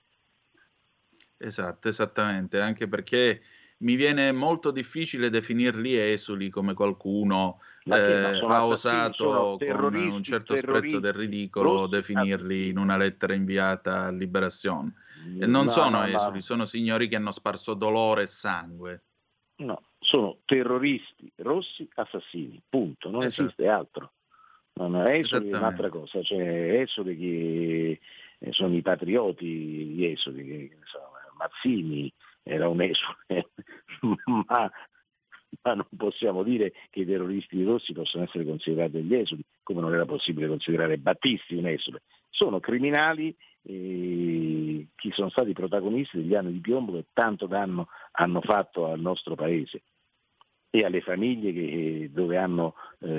Esatto, esattamente, anche perché mi viene molto difficile definirli esuli, come qualcuno ha osato con un certo sprezzo del ridicolo definirli in una lettera inviata a Liberazione. E non sono esuli, sono signori che hanno sparso dolore e sangue. No, sono terroristi rossi assassini, punto, non esiste altro. Esuli è un'altra cosa, cioè esuli che sono i patrioti, gli esuli, che Mazzini era un esule, ma non possiamo dire che i terroristi rossi possono essere considerati degli esuli, come non era possibile considerare Battisti un esule. Sono criminali che sono stati protagonisti degli anni di piombo che tanto danno hanno fatto al nostro paese e alle famiglie dove hanno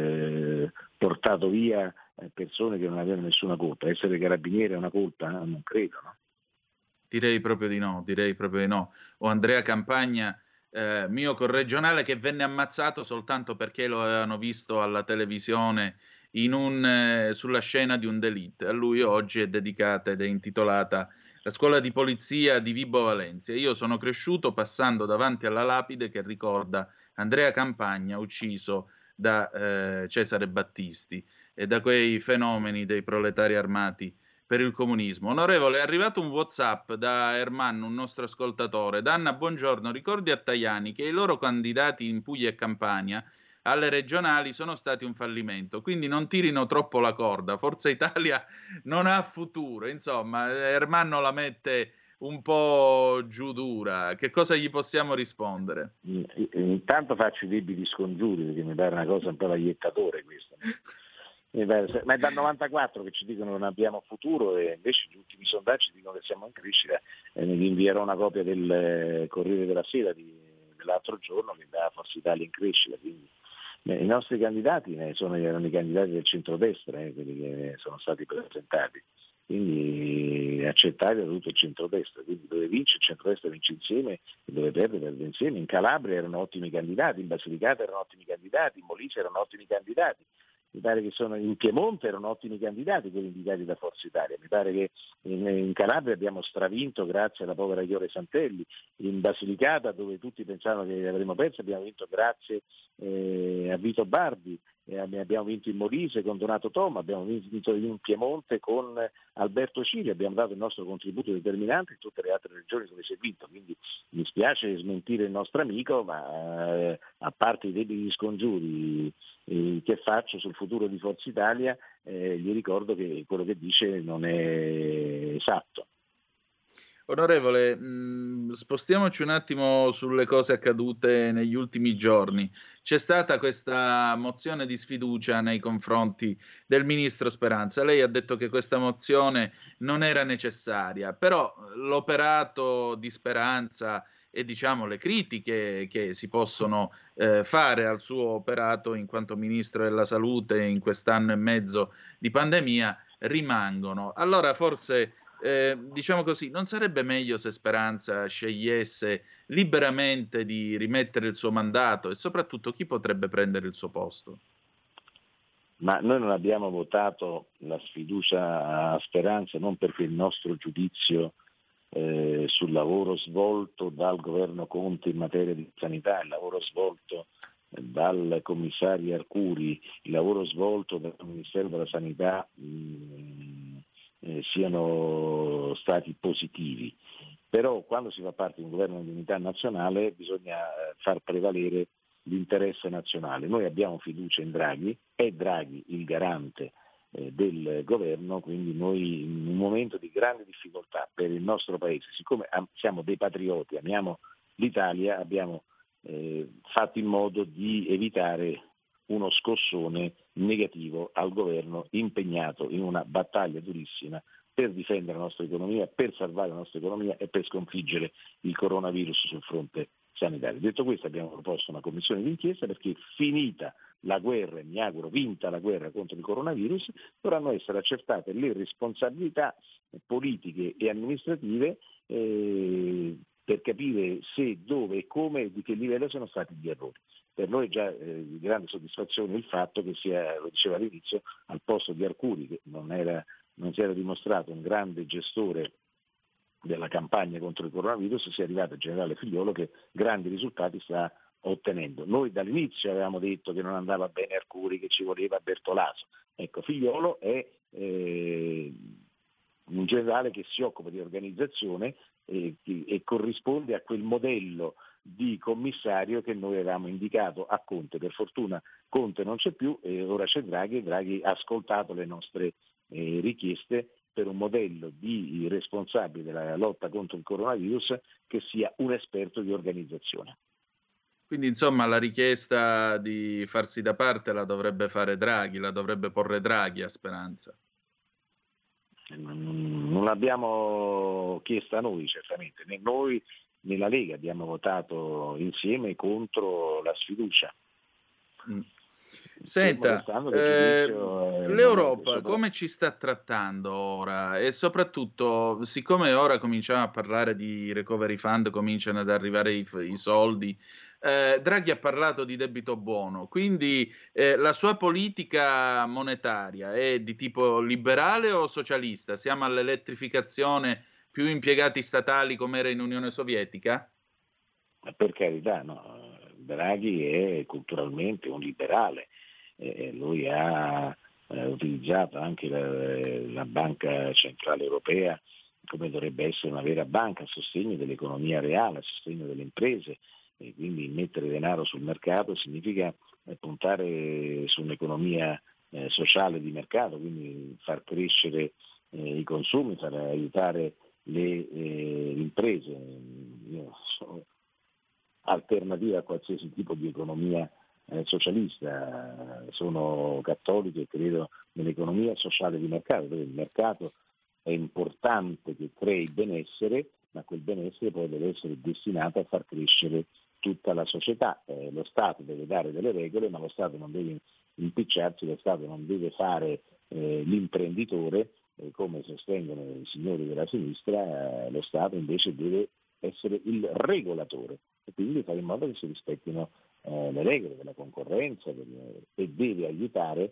portato via persone che non avevano nessuna colpa. Essere carabiniere è una colpa? Non credo, no? Direi proprio di no. O Andrea Campagna, mio corregionale, che venne ammazzato soltanto perché lo avevano visto alla televisione sulla scena di un delitto. A lui oggi è dedicata ed è intitolata la scuola di polizia di Vibo Valencia. Io sono cresciuto passando davanti alla lapide che ricorda Andrea Campagna, ucciso da Cesare Battisti e da quei fenomeni dei proletari armati per il comunismo. Onorevole, è arrivato un WhatsApp da Ermanno, un nostro ascoltatore. Danna, buongiorno, ricordi a Tajani che i loro candidati in Puglia e Campania alle regionali sono stati un fallimento, quindi non tirino troppo la corda, Forza Italia non ha futuro. Insomma, Ermanno la mette un po' giù dura. Che cosa gli possiamo rispondere? Intanto faccio i debiti scongiuri, perché mi pare una cosa un po' da iettatore questa. Ma è dal 94 che ci dicono che non abbiamo futuro, e invece gli ultimi sondaggi dicono che siamo in crescita. Vi invierò una copia del Corriere della Sera dell'altro giorno che dà Forza Italia in crescita. Quindi i nostri candidati erano i candidati del centrodestra, quelli che sono stati presentati, quindi accettati da tutto il centrodestra, quindi dove vince il centrodestra vince insieme e dove perde insieme. In Calabria erano ottimi candidati, in Basilicata erano ottimi candidati, in Molise erano ottimi candidati. mi pare che in Piemonte erano ottimi candidati quelli indicati da Forza Italia, mi pare che in Calabria abbiamo stravinto grazie alla povera Iole Santelli, in Basilicata dove tutti pensavano che avremmo perso abbiamo vinto grazie a Vito Bardi, abbiamo vinto in Molise con Donato Toma, abbiamo vinto in Piemonte con Alberto Ciri, abbiamo dato il nostro contributo determinante in tutte le altre regioni dove si è vinto, quindi mi spiace smentire il nostro amico, ma a parte i debiti scongiuri che faccio sul futuro di Forza Italia, gli ricordo che quello che dice non è esatto. Onorevole, spostiamoci un attimo sulle cose accadute negli ultimi giorni. C'è stata questa mozione di sfiducia nei confronti del ministro Speranza. Lei ha detto che questa mozione non era necessaria, però l'operato di Speranza e diciamo le critiche che si possono fare al suo operato in quanto ministro della salute in quest'anno e mezzo di pandemia rimangono. Allora forse diciamo così, non sarebbe meglio se Speranza scegliesse liberamente di rimettere il suo mandato e soprattutto chi potrebbe prendere il suo posto? Ma noi non abbiamo votato la sfiducia a Speranza non perché il nostro giudizio sul lavoro svolto dal governo Conte in materia di sanità, il lavoro svolto dal commissario Arcuri, il lavoro svolto dal Ministero della Sanità siano stati positivi, però quando si fa parte di un governo di unità nazionale bisogna far prevalere l'interesse nazionale. Noi abbiamo fiducia in Draghi, è Draghi il garante del governo, quindi noi in un momento di grande difficoltà per il nostro paese, siccome siamo dei patrioti, amiamo l'Italia, abbiamo fatto in modo di evitare uno scossone negativo al governo impegnato in una battaglia durissima per difendere la nostra economia, per salvare la nostra economia e per sconfiggere il coronavirus sul fronte sanitario. Detto questo, abbiamo proposto una commissione d'inchiesta perché finita la guerra, e mi auguro vinta la guerra contro il coronavirus, dovranno essere accertate le responsabilità politiche e amministrative per capire se, dove e come e di che livello sono stati gli errori. Per noi è già di grande soddisfazione il fatto che sia, lo diceva all'inizio, al posto di Arcuri, che non si era dimostrato un grande gestore della campagna contro il coronavirus, sia arrivato il generale Figliolo che grandi risultati sta ottenendo. Noi dall'inizio avevamo detto che non andava bene Arcuri, che ci voleva Bertolaso. Ecco, Figliolo è un generale che si occupa di organizzazione e corrisponde a quel modello di commissario che noi avevamo indicato a Conte. Per fortuna Conte non c'è più e ora c'è Draghi, e Draghi ha ascoltato le nostre richieste per un modello di responsabile della lotta contro il coronavirus che sia un esperto di organizzazione. Quindi insomma la richiesta di farsi da parte la dovrebbe fare Draghi, la dovrebbe porre Draghi a Speranza. Non l'abbiamo chiesta noi certamente, né noi né la Lega abbiamo votato insieme contro la sfiducia. Senta, l'Europa come ci sta trattando ora? E soprattutto, siccome ora cominciamo a parlare di recovery fund, cominciano ad arrivare i soldi, Draghi ha parlato di debito buono, quindi la sua politica monetaria è di tipo liberale o socialista? Siamo all'elettrificazione, più impiegati statali come era in Unione Sovietica? Per carità, no. Draghi è culturalmente un liberale, lui ha utilizzato anche la Banca Centrale Europea come dovrebbe essere una vera banca a sostegno dell'economia reale, a sostegno delle imprese, e quindi mettere denaro sul mercato significa puntare su un'economia sociale di mercato, quindi far crescere i consumi, far aiutare le imprese. Io sono alternativa a qualsiasi tipo di economia socialista, sono cattolico e credo nell'economia sociale di mercato, dove il mercato è importante che crei benessere, ma quel benessere poi deve essere destinato a far crescere tutta la società. Lo Stato deve dare delle regole, ma lo Stato non deve impicciarsi, lo Stato non deve fare l'imprenditore, come sostengono i signori della sinistra, lo Stato invece deve essere il regolatore e quindi fare in modo che si rispettino le regole della concorrenza e deve aiutare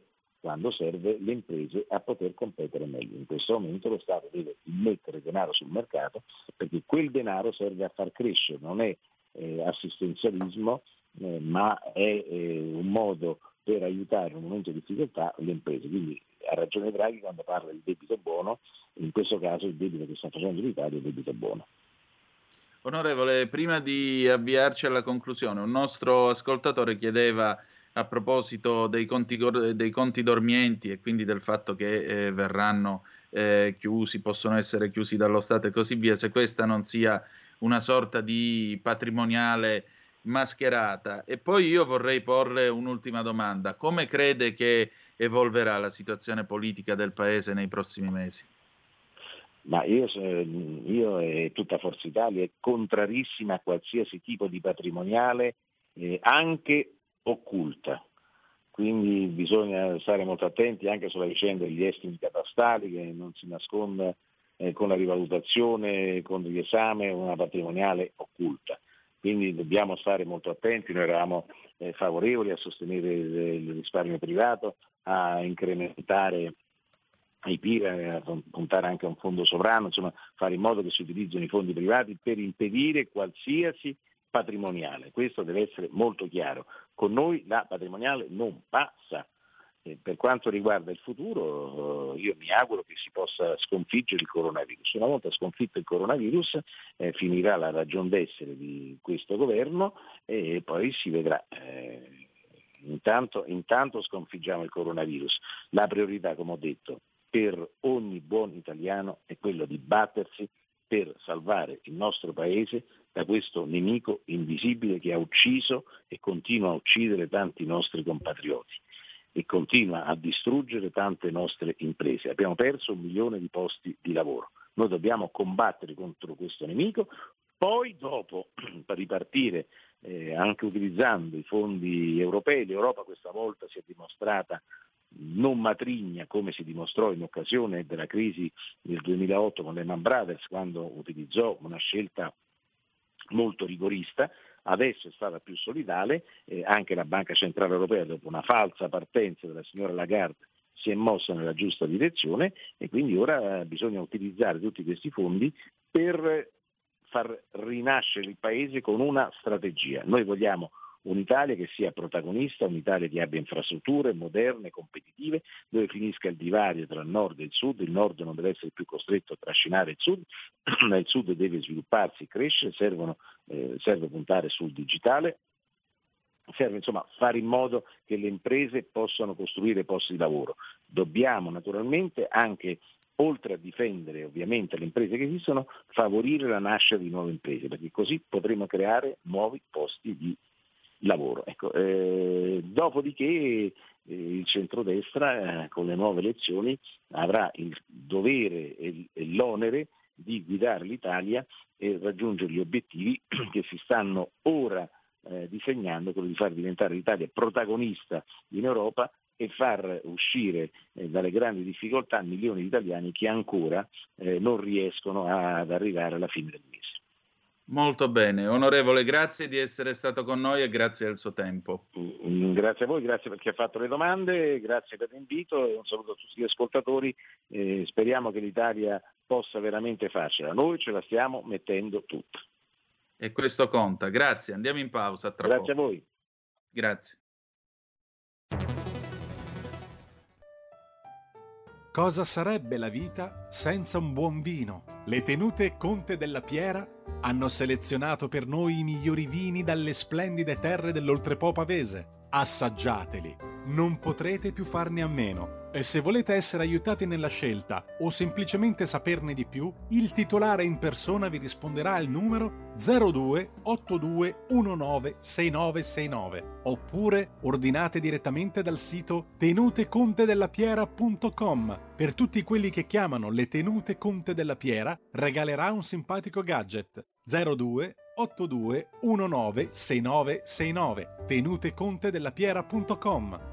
quando serve le imprese a poter competere meglio. In questo momento lo Stato deve immettere denaro sul mercato, perché quel denaro serve a far crescere, non è assistenzialismo, ma è un modo per aiutare in un momento di difficoltà le imprese. Quindi ha ragione Draghi quando parla di debito buono, in questo caso il debito che sta facendo l'Italia è il debito buono. Onorevole, prima di avviarci alla conclusione, un nostro ascoltatore chiedeva a proposito dei conti dormienti e quindi del fatto che verranno chiusi, possono essere chiusi dallo Stato e così via, se questa non sia una sorta di patrimoniale mascherata. E poi io vorrei porle un'ultima domanda: come crede che evolverà la situazione politica del Paese nei prossimi mesi? Ma io e tutta Forza Italia è contrarissima a qualsiasi tipo di patrimoniale, anche occulta. Quindi bisogna stare molto attenti anche sulla vicenda degli estimi catastali, che non si nasconda con la rivalutazione, con il riesame, una patrimoniale occulta. Quindi dobbiamo stare molto attenti. Noi eravamo favorevoli a sostenere il risparmio privato, a incrementare i PIR, a puntare anche a un fondo sovrano, insomma fare in modo che si utilizzino i fondi privati per impedire qualsiasi patrimoniale. Questo deve essere molto chiaro. Con noi la patrimoniale non passa. Per quanto riguarda il futuro, io mi auguro che si possa sconfiggere il coronavirus. Una volta sconfitto il coronavirus finirà la ragion d'essere di questo governo e poi si vedrà. Intanto sconfiggiamo il coronavirus. La priorità, come ho detto, per ogni buon italiano è quello di battersi per salvare il nostro paese da questo nemico invisibile che ha ucciso e continua a uccidere tanti nostri compatrioti e continua a distruggere tante nostre imprese. Abbiamo perso 1 milione di posti di lavoro. Noi dobbiamo combattere contro questo nemico, poi dopo ripartire anche utilizzando i fondi europei. L'Europa questa volta si è dimostrata non matrigna, come si dimostrò in occasione della crisi del 2008 con Lehman Brothers, quando utilizzò una scelta molto rigorista. Adesso è stata più solidale, anche la Banca Centrale Europea, dopo una falsa partenza della signora Lagarde, si è mossa nella giusta direzione e quindi ora bisogna utilizzare tutti questi fondi per far rinascere il Paese con una strategia. Noi vogliamo un'Italia che sia protagonista, un'Italia che abbia infrastrutture moderne, competitive, dove finisca il divario tra il nord e il sud. Il nord non deve essere più costretto a trascinare il sud, ma il sud deve svilupparsi e crescere. Serve puntare sul digitale, serve insomma fare in modo che le imprese possano costruire posti di lavoro. Dobbiamo naturalmente anche, oltre a difendere ovviamente le imprese che esistono, favorire la nascita di nuove imprese, perché così potremo creare nuovi posti di lavoro. Ecco, dopodiché il centrodestra con le nuove elezioni avrà il dovere e l'onere di guidare l'Italia e raggiungere gli obiettivi che si stanno ora disegnando, quello di far diventare l'Italia protagonista in Europa e far uscire dalle grandi difficoltà milioni di italiani che ancora non riescono ad arrivare alla fine del mese. Molto bene, onorevole, grazie di essere stato con noi e grazie del suo tempo. Grazie a voi, grazie perché ha fatto le domande, grazie per l'invito e un saluto a tutti gli ascoltatori. Speriamo che l'Italia possa veramente farcela. Noi ce la stiamo mettendo tutta. E questo conta. Grazie, andiamo in pausa tra poco. Grazie a voi. Grazie. Cosa sarebbe la vita senza un buon vino? Le tenute Conte della Piera hanno selezionato per noi i migliori vini dalle splendide terre dell'Oltrepo pavese. Assaggiateli, non potrete più farne a meno. E se volete essere aiutati nella scelta o semplicemente saperne di più, il titolare in persona vi risponderà al numero 02 82 19 6969 oppure ordinate direttamente dal sito tenutecontedellapiera.com. Per tutti quelli che chiamano le Tenute Conte della Piera regalerà un simpatico gadget 02 82 19 6969 tenutecontedellapiera.com.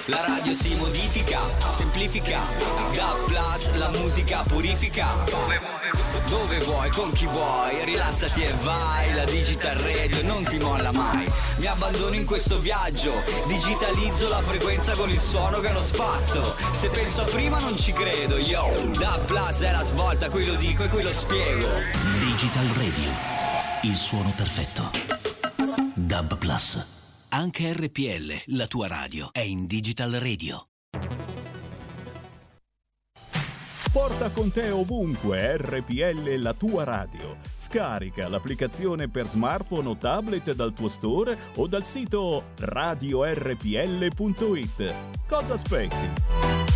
La radio si modifica, semplifica. DAB Plus, la musica purifica. Dove vuoi, con chi vuoi, rilassati e vai. La Digital Radio non ti molla mai. Mi abbandono in questo viaggio, digitalizzo la frequenza con il suono che è uno spasso. Se penso a prima non ci credo, yo. DAB Plus è la svolta, qui lo dico e qui lo spiego. Digital Radio, il suono perfetto. DAB Plus, anche RPL, la tua radio, è in Digital Radio. Porta con te ovunque RPL, la tua radio. Scarica l'applicazione per smartphone o tablet dal tuo store o dal sito radiorpl.it. Cosa aspetti?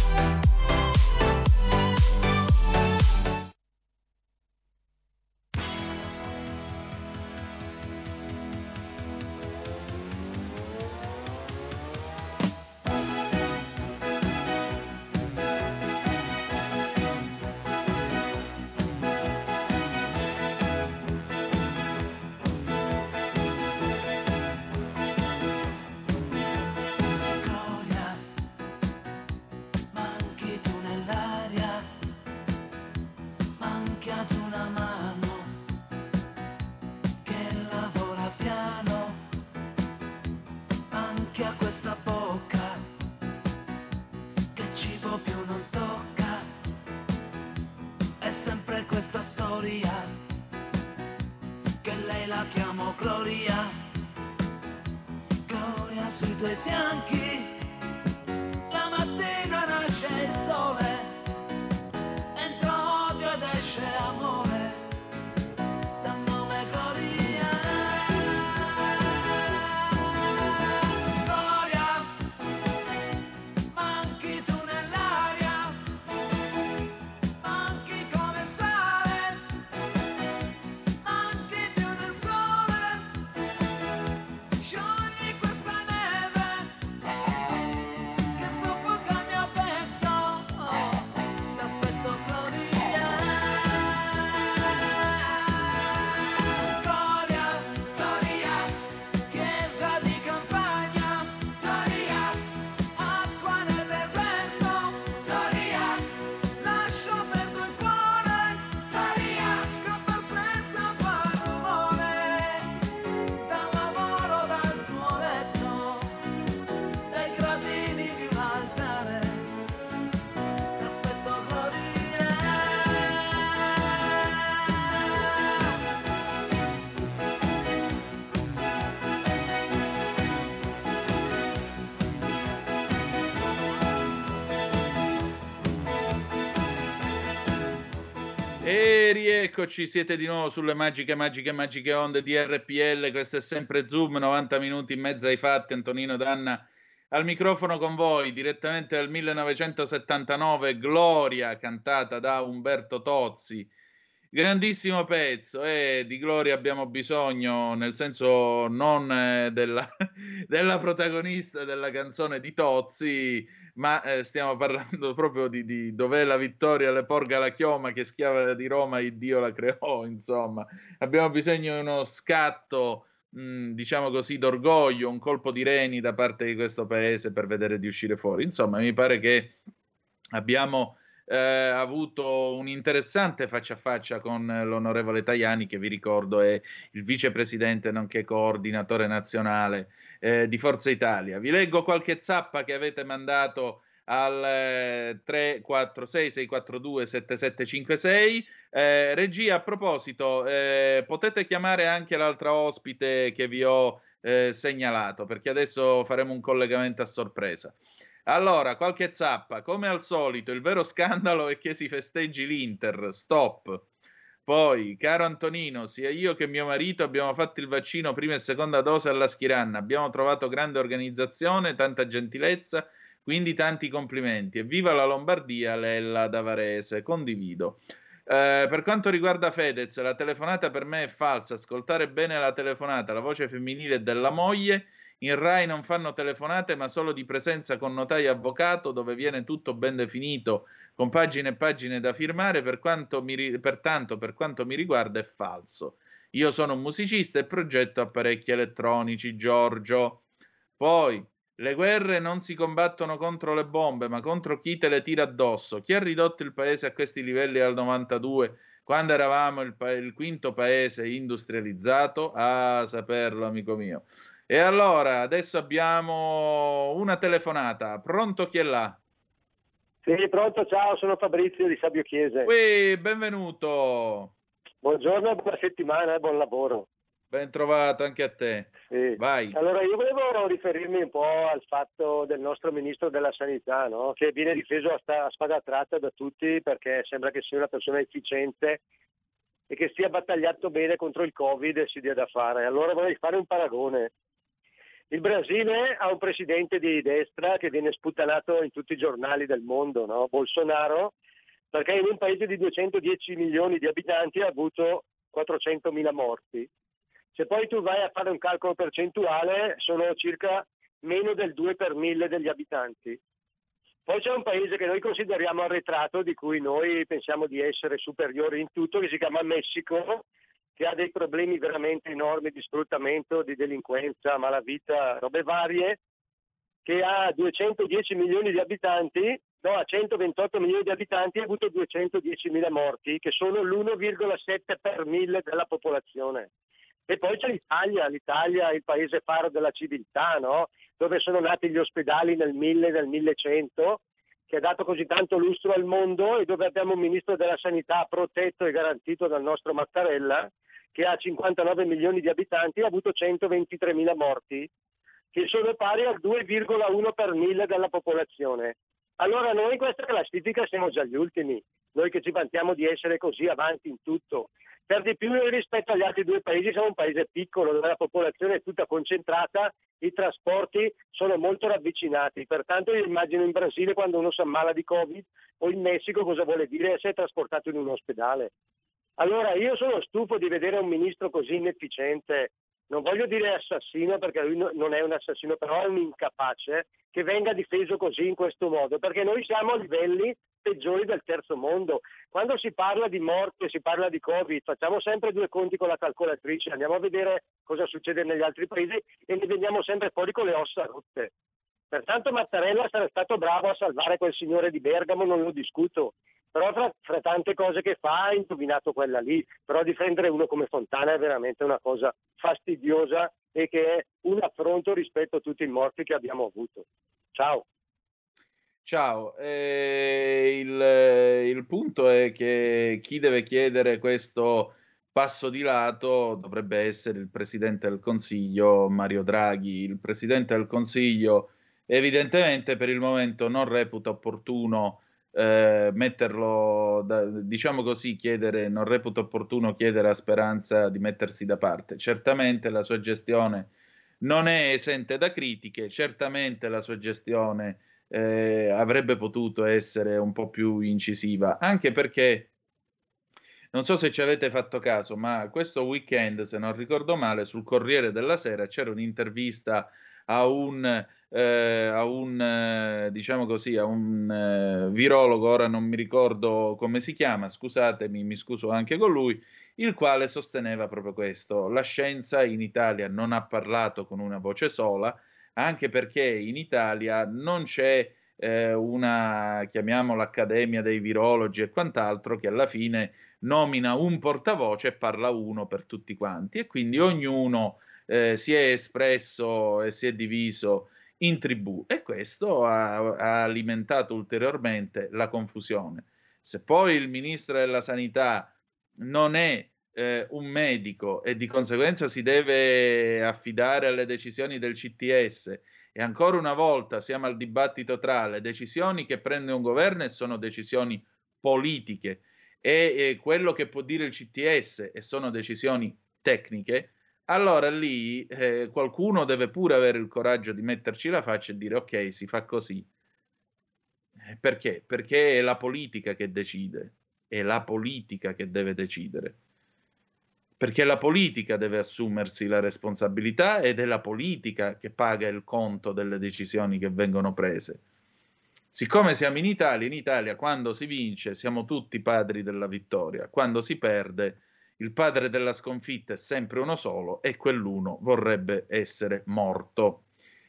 E rieccoci, siete di nuovo sulle magiche onde di RPL. Questo è sempre Zoom, 90 minuti in mezzo ai fatti. Antonino Danna al microfono con voi, direttamente dal 1979, Gloria, cantata da Umberto Tozzi. Grandissimo pezzo, e di Gloria abbiamo bisogno, nel senso non della protagonista della canzone di Tozzi, ma stiamo parlando proprio di dov'è la vittoria, le porga la chioma, che schiava di Roma il Dio la creò, insomma. Abbiamo bisogno di uno scatto, diciamo così, d'orgoglio, un colpo di reni da parte di questo paese per vedere di uscire fuori. Insomma, mi pare che abbiamo avuto un interessante faccia a faccia con l'onorevole Tajani, che vi ricordo è il vicepresidente nonché coordinatore nazionale di Forza Italia. Vi leggo qualche zappa che avete mandato al 346 642 7756. Regia, a proposito, potete chiamare anche l'altra ospite che vi ho segnalato, perché adesso faremo un collegamento a sorpresa. Allora, qualche zappa. Come al solito, il vero scandalo è che si festeggi l'Inter. Stop. Poi, caro Antonino, sia io che mio marito abbiamo fatto il vaccino prima e seconda dose alla Schieranna. Abbiamo trovato grande organizzazione, tanta gentilezza, quindi tanti complimenti. Evviva la Lombardia, Lella da Varese. Condivido. Per quanto riguarda Fedez, la telefonata per me è falsa. Ascoltare bene la telefonata, la voce femminile della moglie. In Rai non fanno telefonate, ma solo di presenza con notaio e avvocato, dove viene tutto ben definito, con pagine e pagine da firmare. Pertanto, per quanto mi riguarda, è falso. Io sono un musicista e progetto apparecchi elettronici, Giorgio. Poi, Le guerre non si combattono contro le bombe, ma contro chi te le tira addosso. Chi ha ridotto il paese a questi livelli al 92, quando eravamo il quinto paese industrializzato? A saperlo, amico mio. E allora, adesso abbiamo una telefonata. Pronto, chi è là? Sì, pronto, ciao, sono Fabrizio di Sabio Chiese. Benvenuto. Buongiorno e buona settimana e buon lavoro. Ben trovato anche a te. Sì. Vai. Allora, io volevo riferirmi un po' al fatto del nostro ministro della sanità, no? Che viene difeso a spada tratta da tutti perché sembra che sia una persona efficiente e che stia battagliato bene contro il Covid e si dia da fare. Allora vorrei fare un paragone. Il Brasile ha un presidente di destra che viene sputtanato in tutti i giornali del mondo, no? Bolsonaro, perché in un paese di 210 milioni di abitanti ha avuto 400.000 morti. Se poi tu vai a fare un calcolo percentuale, sono circa meno del 2 per 1000 degli abitanti. Poi c'è un paese che noi consideriamo arretrato, di cui noi pensiamo di essere superiori in tutto, che si chiama Messico, che ha dei problemi veramente enormi di sfruttamento, di delinquenza, malavita, robe varie, che ha 210 milioni di abitanti, no, ha 128 milioni di abitanti e ha avuto 210.000 morti, che sono l'1,7 per 1000 della popolazione. E poi c'è l'Italia, il paese faro della civiltà, no? Dove sono nati gli ospedali nel 1000, nel 1100, che ha dato così tanto lustro al mondo, e dove abbiamo un ministro della sanità protetto e garantito dal nostro Mattarella, che ha 59 milioni di abitanti e ha avuto 123.000 morti, che sono pari al 2,1 per 1000 della popolazione. Allora noi in questa classifica siamo già gli ultimi, noi che ci vantiamo di essere così avanti in tutto. Per di più rispetto agli altri due paesi siamo un paese piccolo dove la popolazione è tutta concentrata, i trasporti sono molto ravvicinati, pertanto io immagino in Brasile quando uno si ammala di Covid o in Messico cosa vuole dire essere trasportato in un ospedale. Allora io sono stufo di vedere un ministro così inefficiente, non voglio dire assassino perché lui non è un assassino, però è un incapace, che venga difeso così in questo modo, perché noi siamo a livelli peggiori del terzo mondo. Quando si parla di morte, si parla di Covid, facciamo sempre due conti con la calcolatrice, andiamo a vedere cosa succede negli altri paesi e ne veniamo sempre fuori con le ossa rotte. Pertanto Mattarella sarà stato bravo a salvare quel signore di Bergamo, non lo discuto, però fra tante cose che fa ha indovinato quella lì, però difendere uno come Fontana è veramente una cosa fastidiosa e che è un affronto rispetto a tutti i morti che abbiamo avuto. Ciao. Ciao, il punto è che chi deve chiedere questo passo di lato dovrebbe essere il Presidente del Consiglio Mario Draghi. Il Presidente del Consiglio evidentemente per il momento non reputa opportuno metterlo, diciamo così, non reputa opportuno chiedere a Speranza di mettersi da parte. Certamente la sua gestione non è esente da critiche, certamente la sua gestione avrebbe potuto essere un po' più incisiva, anche perché non so se ci avete fatto caso, ma questo weekend, se non ricordo male, sul Corriere della Sera c'era un'intervista a un diciamo così, a un virologo, ora non mi ricordo come si chiama, scusatemi, mi scuso anche con lui, il quale sosteneva proprio questo: la scienza in Italia non ha parlato con una voce sola, anche perché in Italia non c'è una, chiamiamola, accademia dei virologi e quant'altro, che alla fine nomina un portavoce e parla uno per tutti quanti, e quindi ognuno si è espresso e si è diviso in tribù, e questo ha alimentato ulteriormente la confusione. Se poi il ministro della sanità non è un medico e di conseguenza si deve affidare alle decisioni del CTS, e ancora una volta siamo al dibattito tra le decisioni che prende un governo e sono decisioni politiche e quello che può dire il CTS e sono decisioni tecniche, allora lì qualcuno deve pure avere il coraggio di metterci la faccia e dire ok, si fa così. Perché? Perché è la politica che decide, è la politica che deve decidere. Perché la politica deve assumersi la responsabilità ed è la politica che paga il conto delle decisioni che vengono prese. Siccome siamo in Italia quando si vince siamo tutti padri della vittoria, quando si perde il padre della sconfitta è sempre uno solo e quell'uno vorrebbe essere morto.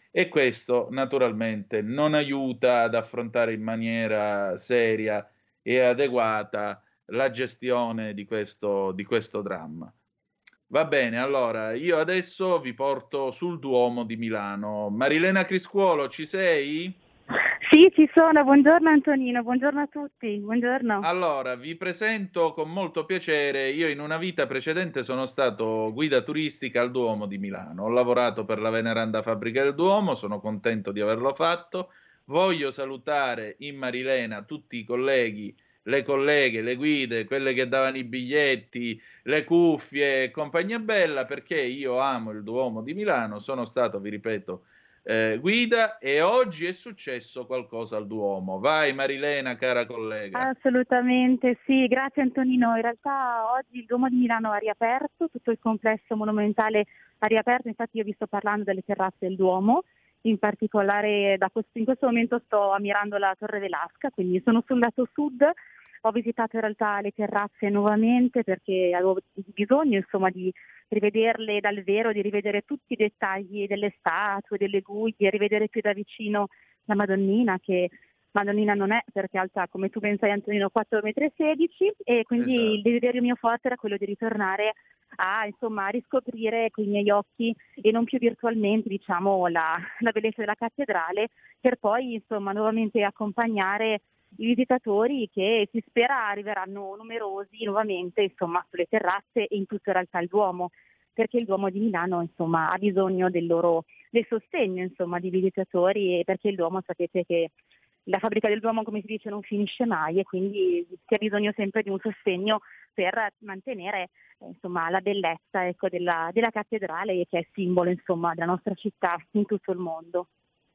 e questo naturalmente non aiuta ad affrontare in maniera seria e adeguata la gestione di questo dramma. Va bene, allora io adesso vi porto sul Duomo di Milano. Marilena Criscuolo, ci sei? Sì, ci sono. Buongiorno Antonino, buongiorno a tutti. Buongiorno. Allora, vi presento con molto piacere. Io in una vita precedente sono stato guida turistica al Duomo di Milano. Ho lavorato per la Veneranda Fabbrica del Duomo, sono contento di averlo fatto. Voglio salutare in Marilena tutti i colleghi, le colleghe, le guide, quelle che davano i biglietti, le cuffie e compagnia bella, perché io amo il Duomo di Milano. Sono stato, vi ripeto, guida, e oggi è successo qualcosa al Duomo. Vai Marilena, cara collega. Assolutamente sì, grazie Antonino. In realtà oggi il Duomo di Milano ha riaperto, tutto il complesso monumentale ha riaperto, infatti io vi sto parlando delle terrazze del Duomo, in particolare in questo momento sto ammirando la Torre Velasca, quindi sono sul lato sud. Ho visitato in realtà le terrazze nuovamente perché avevo bisogno insomma di rivederle dal vero, di rivedere tutti i dettagli delle statue, delle guglie, rivedere più da vicino la Madonnina, che Madonnina non è perché è alta, come tu ben sai Antonino, 4,16 metri, e quindi Esatto. il desiderio mio forte era quello di ritornare a riscoprire con i miei occhi e non più virtualmente diciamo la bellezza della cattedrale, per poi insomma nuovamente accompagnare i visitatori che si spera arriveranno numerosi nuovamente insomma sulle terrazze e in tutto in realtà il Duomo, perché il Duomo di Milano insomma ha bisogno del sostegno insomma di visitatori, e perché il Duomo sapete che la fabbrica del Duomo, come si dice, non finisce mai, e quindi si ha bisogno sempre di un sostegno per mantenere insomma la bellezza ecco, della cattedrale, che è simbolo insomma della nostra città in tutto il mondo.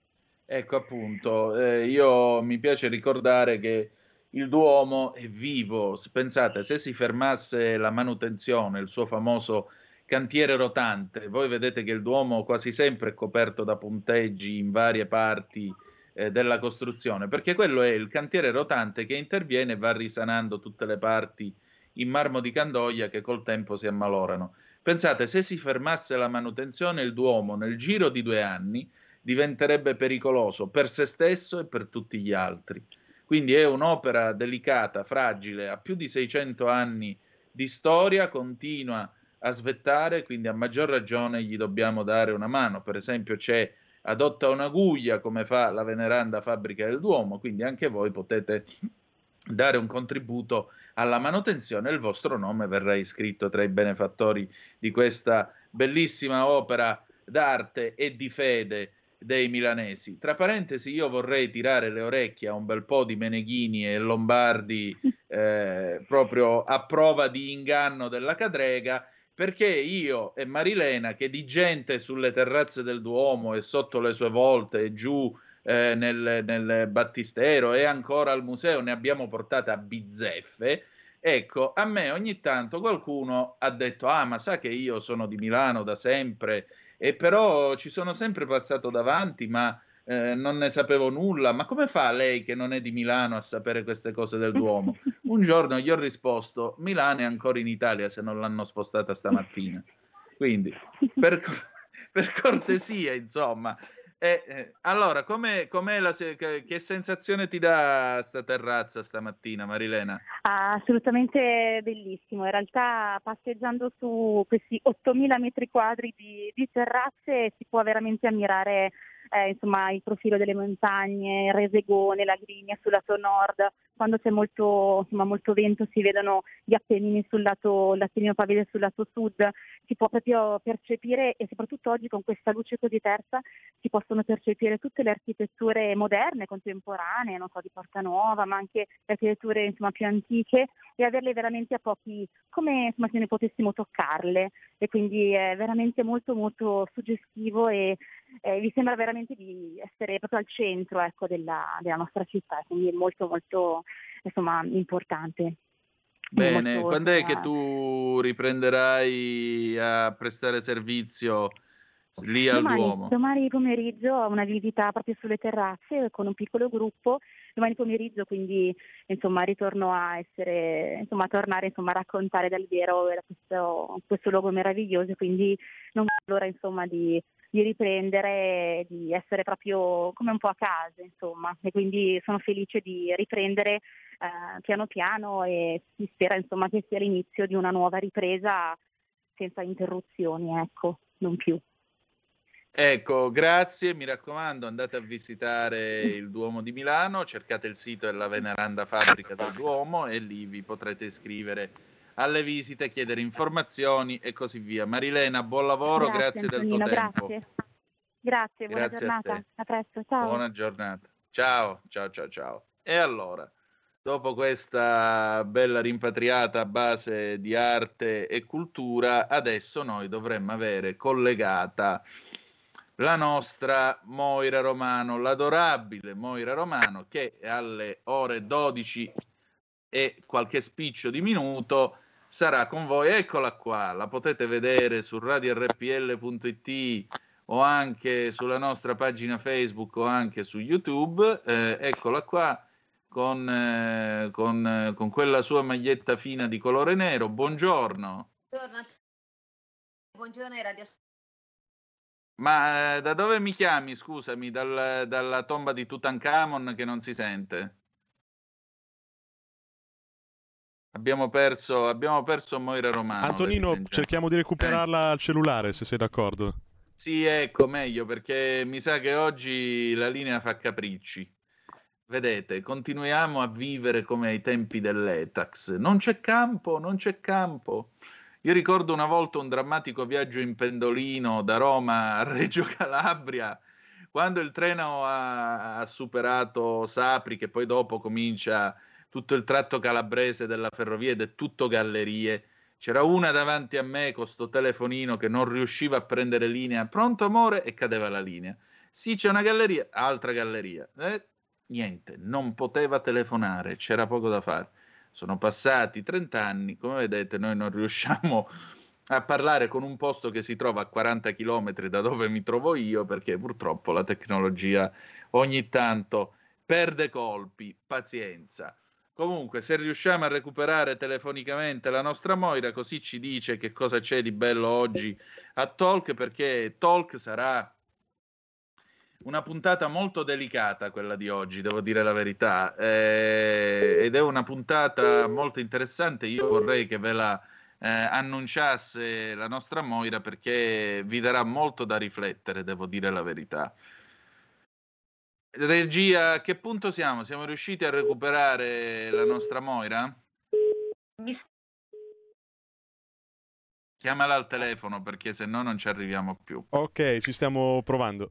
Ecco appunto, io mi piace ricordare che il Duomo è vivo. Pensate, se si fermasse la manutenzione, il suo famoso cantiere rotante, voi vedete che il Duomo quasi sempre è coperto da punteggi in varie parti della costruzione, perché quello è il cantiere rotante che interviene e va risanando tutte le parti in marmo di Candoia che col tempo si ammalorano. Pensate, se si fermasse la manutenzione, il Duomo nel giro di 2 anni diventerebbe pericoloso per se stesso e per tutti gli altri. Quindi è un'opera delicata, fragile, ha più di 600 anni di storia, continua a svettare, quindi a maggior ragione gli dobbiamo dare una mano. Per esempio adotta una guglia come fa la Veneranda Fabbrica del Duomo, quindi anche voi potete dare un contributo alla manutenzione e il vostro nome verrà iscritto tra i benefattori di questa bellissima opera d'arte e di fede dei milanesi. Tra parentesi, io vorrei tirare le orecchie a un bel po' di Meneghini e Lombardi proprio a prova di inganno della cadrega, perché io e Marilena, che di gente sulle terrazze del Duomo e sotto le sue volte e giù nel battistero e ancora al museo ne abbiamo portate a bizzeffe, ecco, a me ogni tanto qualcuno ha detto: ah, ma sa che io sono di Milano da sempre e però ci sono sempre passato davanti, ma non ne sapevo nulla. Ma come fa lei, che non è di Milano, a sapere queste cose del Duomo? Un giorno gli ho risposto: Milano è ancora in Italia se non l'hanno spostata stamattina. Quindi, per cortesia, insomma. Allora, che sensazione ti dà sta terrazza stamattina, Marilena? Assolutamente bellissimo. In realtà passeggiando su questi 8.000 metri quadri di terrazze si può veramente ammirare insomma il profilo delle montagne, il Resegone, la Grigna sul lato nord. Quando c'è molto vento si vedono gli Appennini l'Appennino Pavese sul lato sud. Si può proprio percepire, e soprattutto oggi con questa luce così tersa si possono percepire tutte le architetture moderne, contemporanee, non so, di Porta Nuova, ma anche le architetture insomma più antiche, e averle veramente a pochi, come insomma se ne potessimo toccarle, e quindi è veramente molto molto suggestivo e vi sembra veramente di essere proprio al centro ecco, della nostra città, quindi è molto molto insomma importante. Bene, molto, quando è insomma, che tu riprenderai a prestare servizio lì al Duomo? Domani pomeriggio ho una visita proprio sulle terrazze con un piccolo gruppo. Domani pomeriggio quindi insomma ritorno a tornare insomma a raccontare dal vero questo luogo meraviglioso, quindi non vedo l'ora insomma di riprendere, di essere proprio come un po' a casa, insomma, e quindi sono felice di riprendere piano piano e si spera insomma che sia l'inizio di una nuova ripresa senza interruzioni, ecco, non più. Ecco, grazie, mi raccomando, andate a visitare il Duomo di Milano, cercate il sito della Veneranda Fabbrica del Duomo e lì vi potrete iscrivere alle visite, chiedere informazioni e così via. Marilena, buon lavoro, grazie del tuo tempo. Grazie, buona Grazie giornata, a presto, ciao. Buona giornata, ciao. E allora, dopo questa bella rimpatriata a base di arte e cultura, adesso noi dovremmo avere collegata la nostra Moira Romano, l'adorabile Moira Romano, che alle ore 12 e qualche spiccio di minuto sarà con voi. Eccola qua, la potete vedere su radiorpl.it o anche sulla nostra pagina Facebook o anche su YouTube. Eccola qua con quella sua maglietta fina di colore nero. Buongiorno. Buongiorno ai radio. Ma da dove mi chiami, scusami? Dalla tomba di Tutankhamon che non si sente? Abbiamo perso Moira Romano. Antonino, cerchiamo di recuperarla al cellulare, se sei d'accordo. Sì, ecco, meglio, perché mi sa che oggi la linea fa capricci. Vedete, continuiamo a vivere come ai tempi dell'Etax. Non c'è campo. Io ricordo una volta un drammatico viaggio in pendolino da Roma a Reggio Calabria, quando il treno ha superato Sapri, che poi dopo comincia tutto il tratto calabrese della ferrovia ed è tutto gallerie. C'era una davanti a me con sto telefonino che non riusciva a prendere linea. Pronto amore? E cadeva la linea. Sì, c'è una galleria, altra galleria. Niente, non poteva telefonare, c'era poco da fare. Sono passati 30 anni, come vedete noi non riusciamo a parlare con un posto che si trova a 40 chilometri da dove mi trovo io, perché purtroppo la tecnologia ogni tanto perde colpi, pazienza. Comunque, se riusciamo a recuperare telefonicamente la nostra Moira, così ci dice che cosa c'è di bello oggi a Talk, perché Talk sarà una puntata molto delicata, quella di oggi, devo dire la verità, ed è una puntata molto interessante. Io vorrei che ve la annunciasse la nostra Moira, perché vi darà molto da riflettere, devo dire la verità. Regia, a che punto siamo? Siamo riusciti a recuperare la nostra Moira? Chiamala al telefono, perché se no non ci arriviamo più. Ok, ci stiamo provando.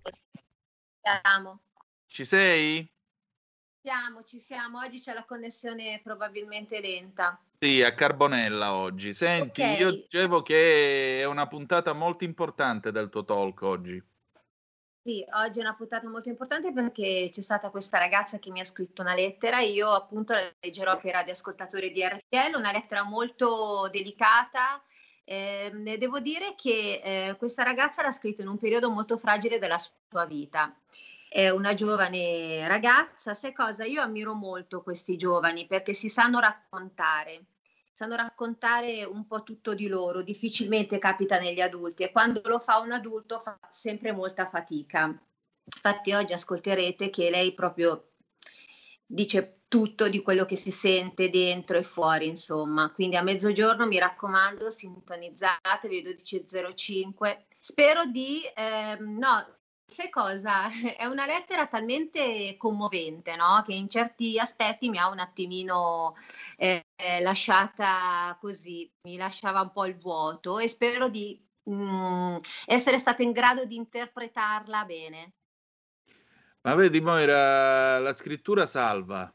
Ci sei? Ci siamo. Oggi c'è la connessione probabilmente lenta. Sì, a Carbonella oggi. Senti, okay. Io dicevo che è una puntata molto importante del tuo talk oggi. Sì, oggi è una puntata molto importante perché c'è stata questa ragazza che mi ha scritto una lettera. Io appunto la leggerò per radioascoltatori di RTL, una lettera molto delicata. Devo dire che questa ragazza l'ha scritto in un periodo molto fragile della sua vita. È una giovane ragazza. Sai cosa? Io ammiro molto questi giovani perché si sanno raccontare un po' tutto di loro. Difficilmente capita negli adulti e quando lo fa un adulto fa sempre molta fatica. Infatti oggi ascolterete che lei proprio dice tutto di quello che si sente dentro e fuori, insomma. Quindi a mezzogiorno, mi raccomando, sintonizzatevi 12.05. Spero di... no, sai cosa? È una lettera talmente commovente, no? Che in certi aspetti mi ha un attimino lasciata così, mi lasciava un po' il vuoto e spero di essere stata in grado di interpretarla bene. Ma vedi Moira, la scrittura salva.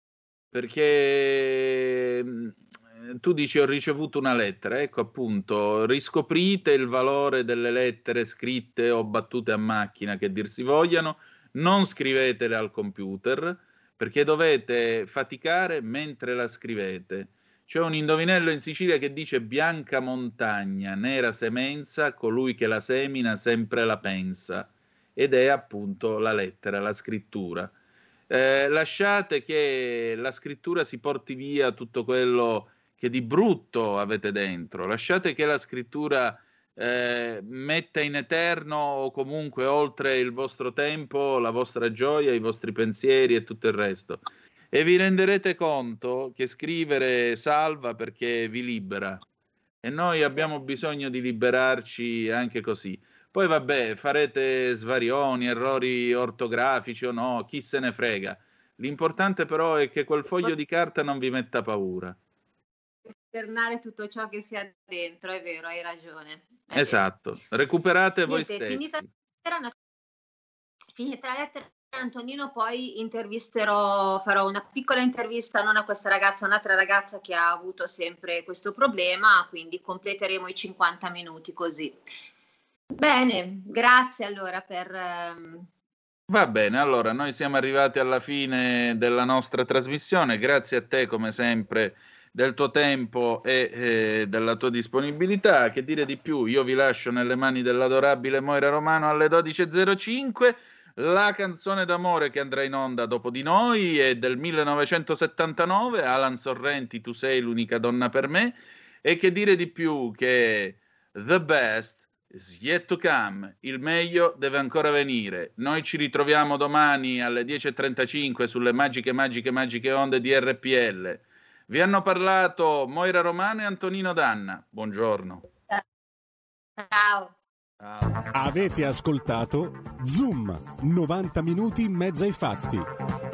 Perché tu dici ho ricevuto una lettera, ecco appunto, riscoprite il valore delle lettere scritte o battute a macchina che dir si vogliano, non scrivetele al computer perché dovete faticare mentre la scrivete. C'è un indovinello in Sicilia che dice bianca montagna, nera semenza, colui che la semina sempre la pensa, ed è appunto la lettera, la scrittura. Lasciate che la scrittura si porti via tutto quello che di brutto avete dentro, lasciate che la scrittura metta in eterno o comunque oltre il vostro tempo, la vostra gioia, i vostri pensieri e tutto il resto. E vi renderete conto che scrivere salva perché vi libera. E noi abbiamo bisogno di liberarci anche così. Poi vabbè, farete svarioni, errori ortografici o no, chi se ne frega. L'importante però è che quel foglio di carta non vi metta paura. Esternare tutto ciò che sia dentro, è vero, hai ragione. Esatto, recuperate voi stessi. Finita la lettera, Antonino, poi farò una piccola intervista non a questa ragazza, a un'altra ragazza che ha avuto sempre questo problema, quindi completeremo i 50 minuti così. Bene, grazie allora per... Va bene, allora noi siamo arrivati alla fine della nostra trasmissione, grazie a te come sempre del tuo tempo e della tua disponibilità. Che dire di più, io vi lascio nelle mani dell'adorabile Moira Romano alle 12.05. La canzone d'amore che andrà in onda dopo di noi è del 1979, Alan Sorrenti, Tu sei l'unica donna per me. E che dire di più che the best is yet to come, il meglio deve ancora venire. Noi ci ritroviamo domani alle 10.35 sulle magiche onde di RPL. Vi hanno parlato Moira Romano e Antonino Danna. Buongiorno. Ciao. Avete ascoltato Zoom, 90 minuti in mezzo ai fatti.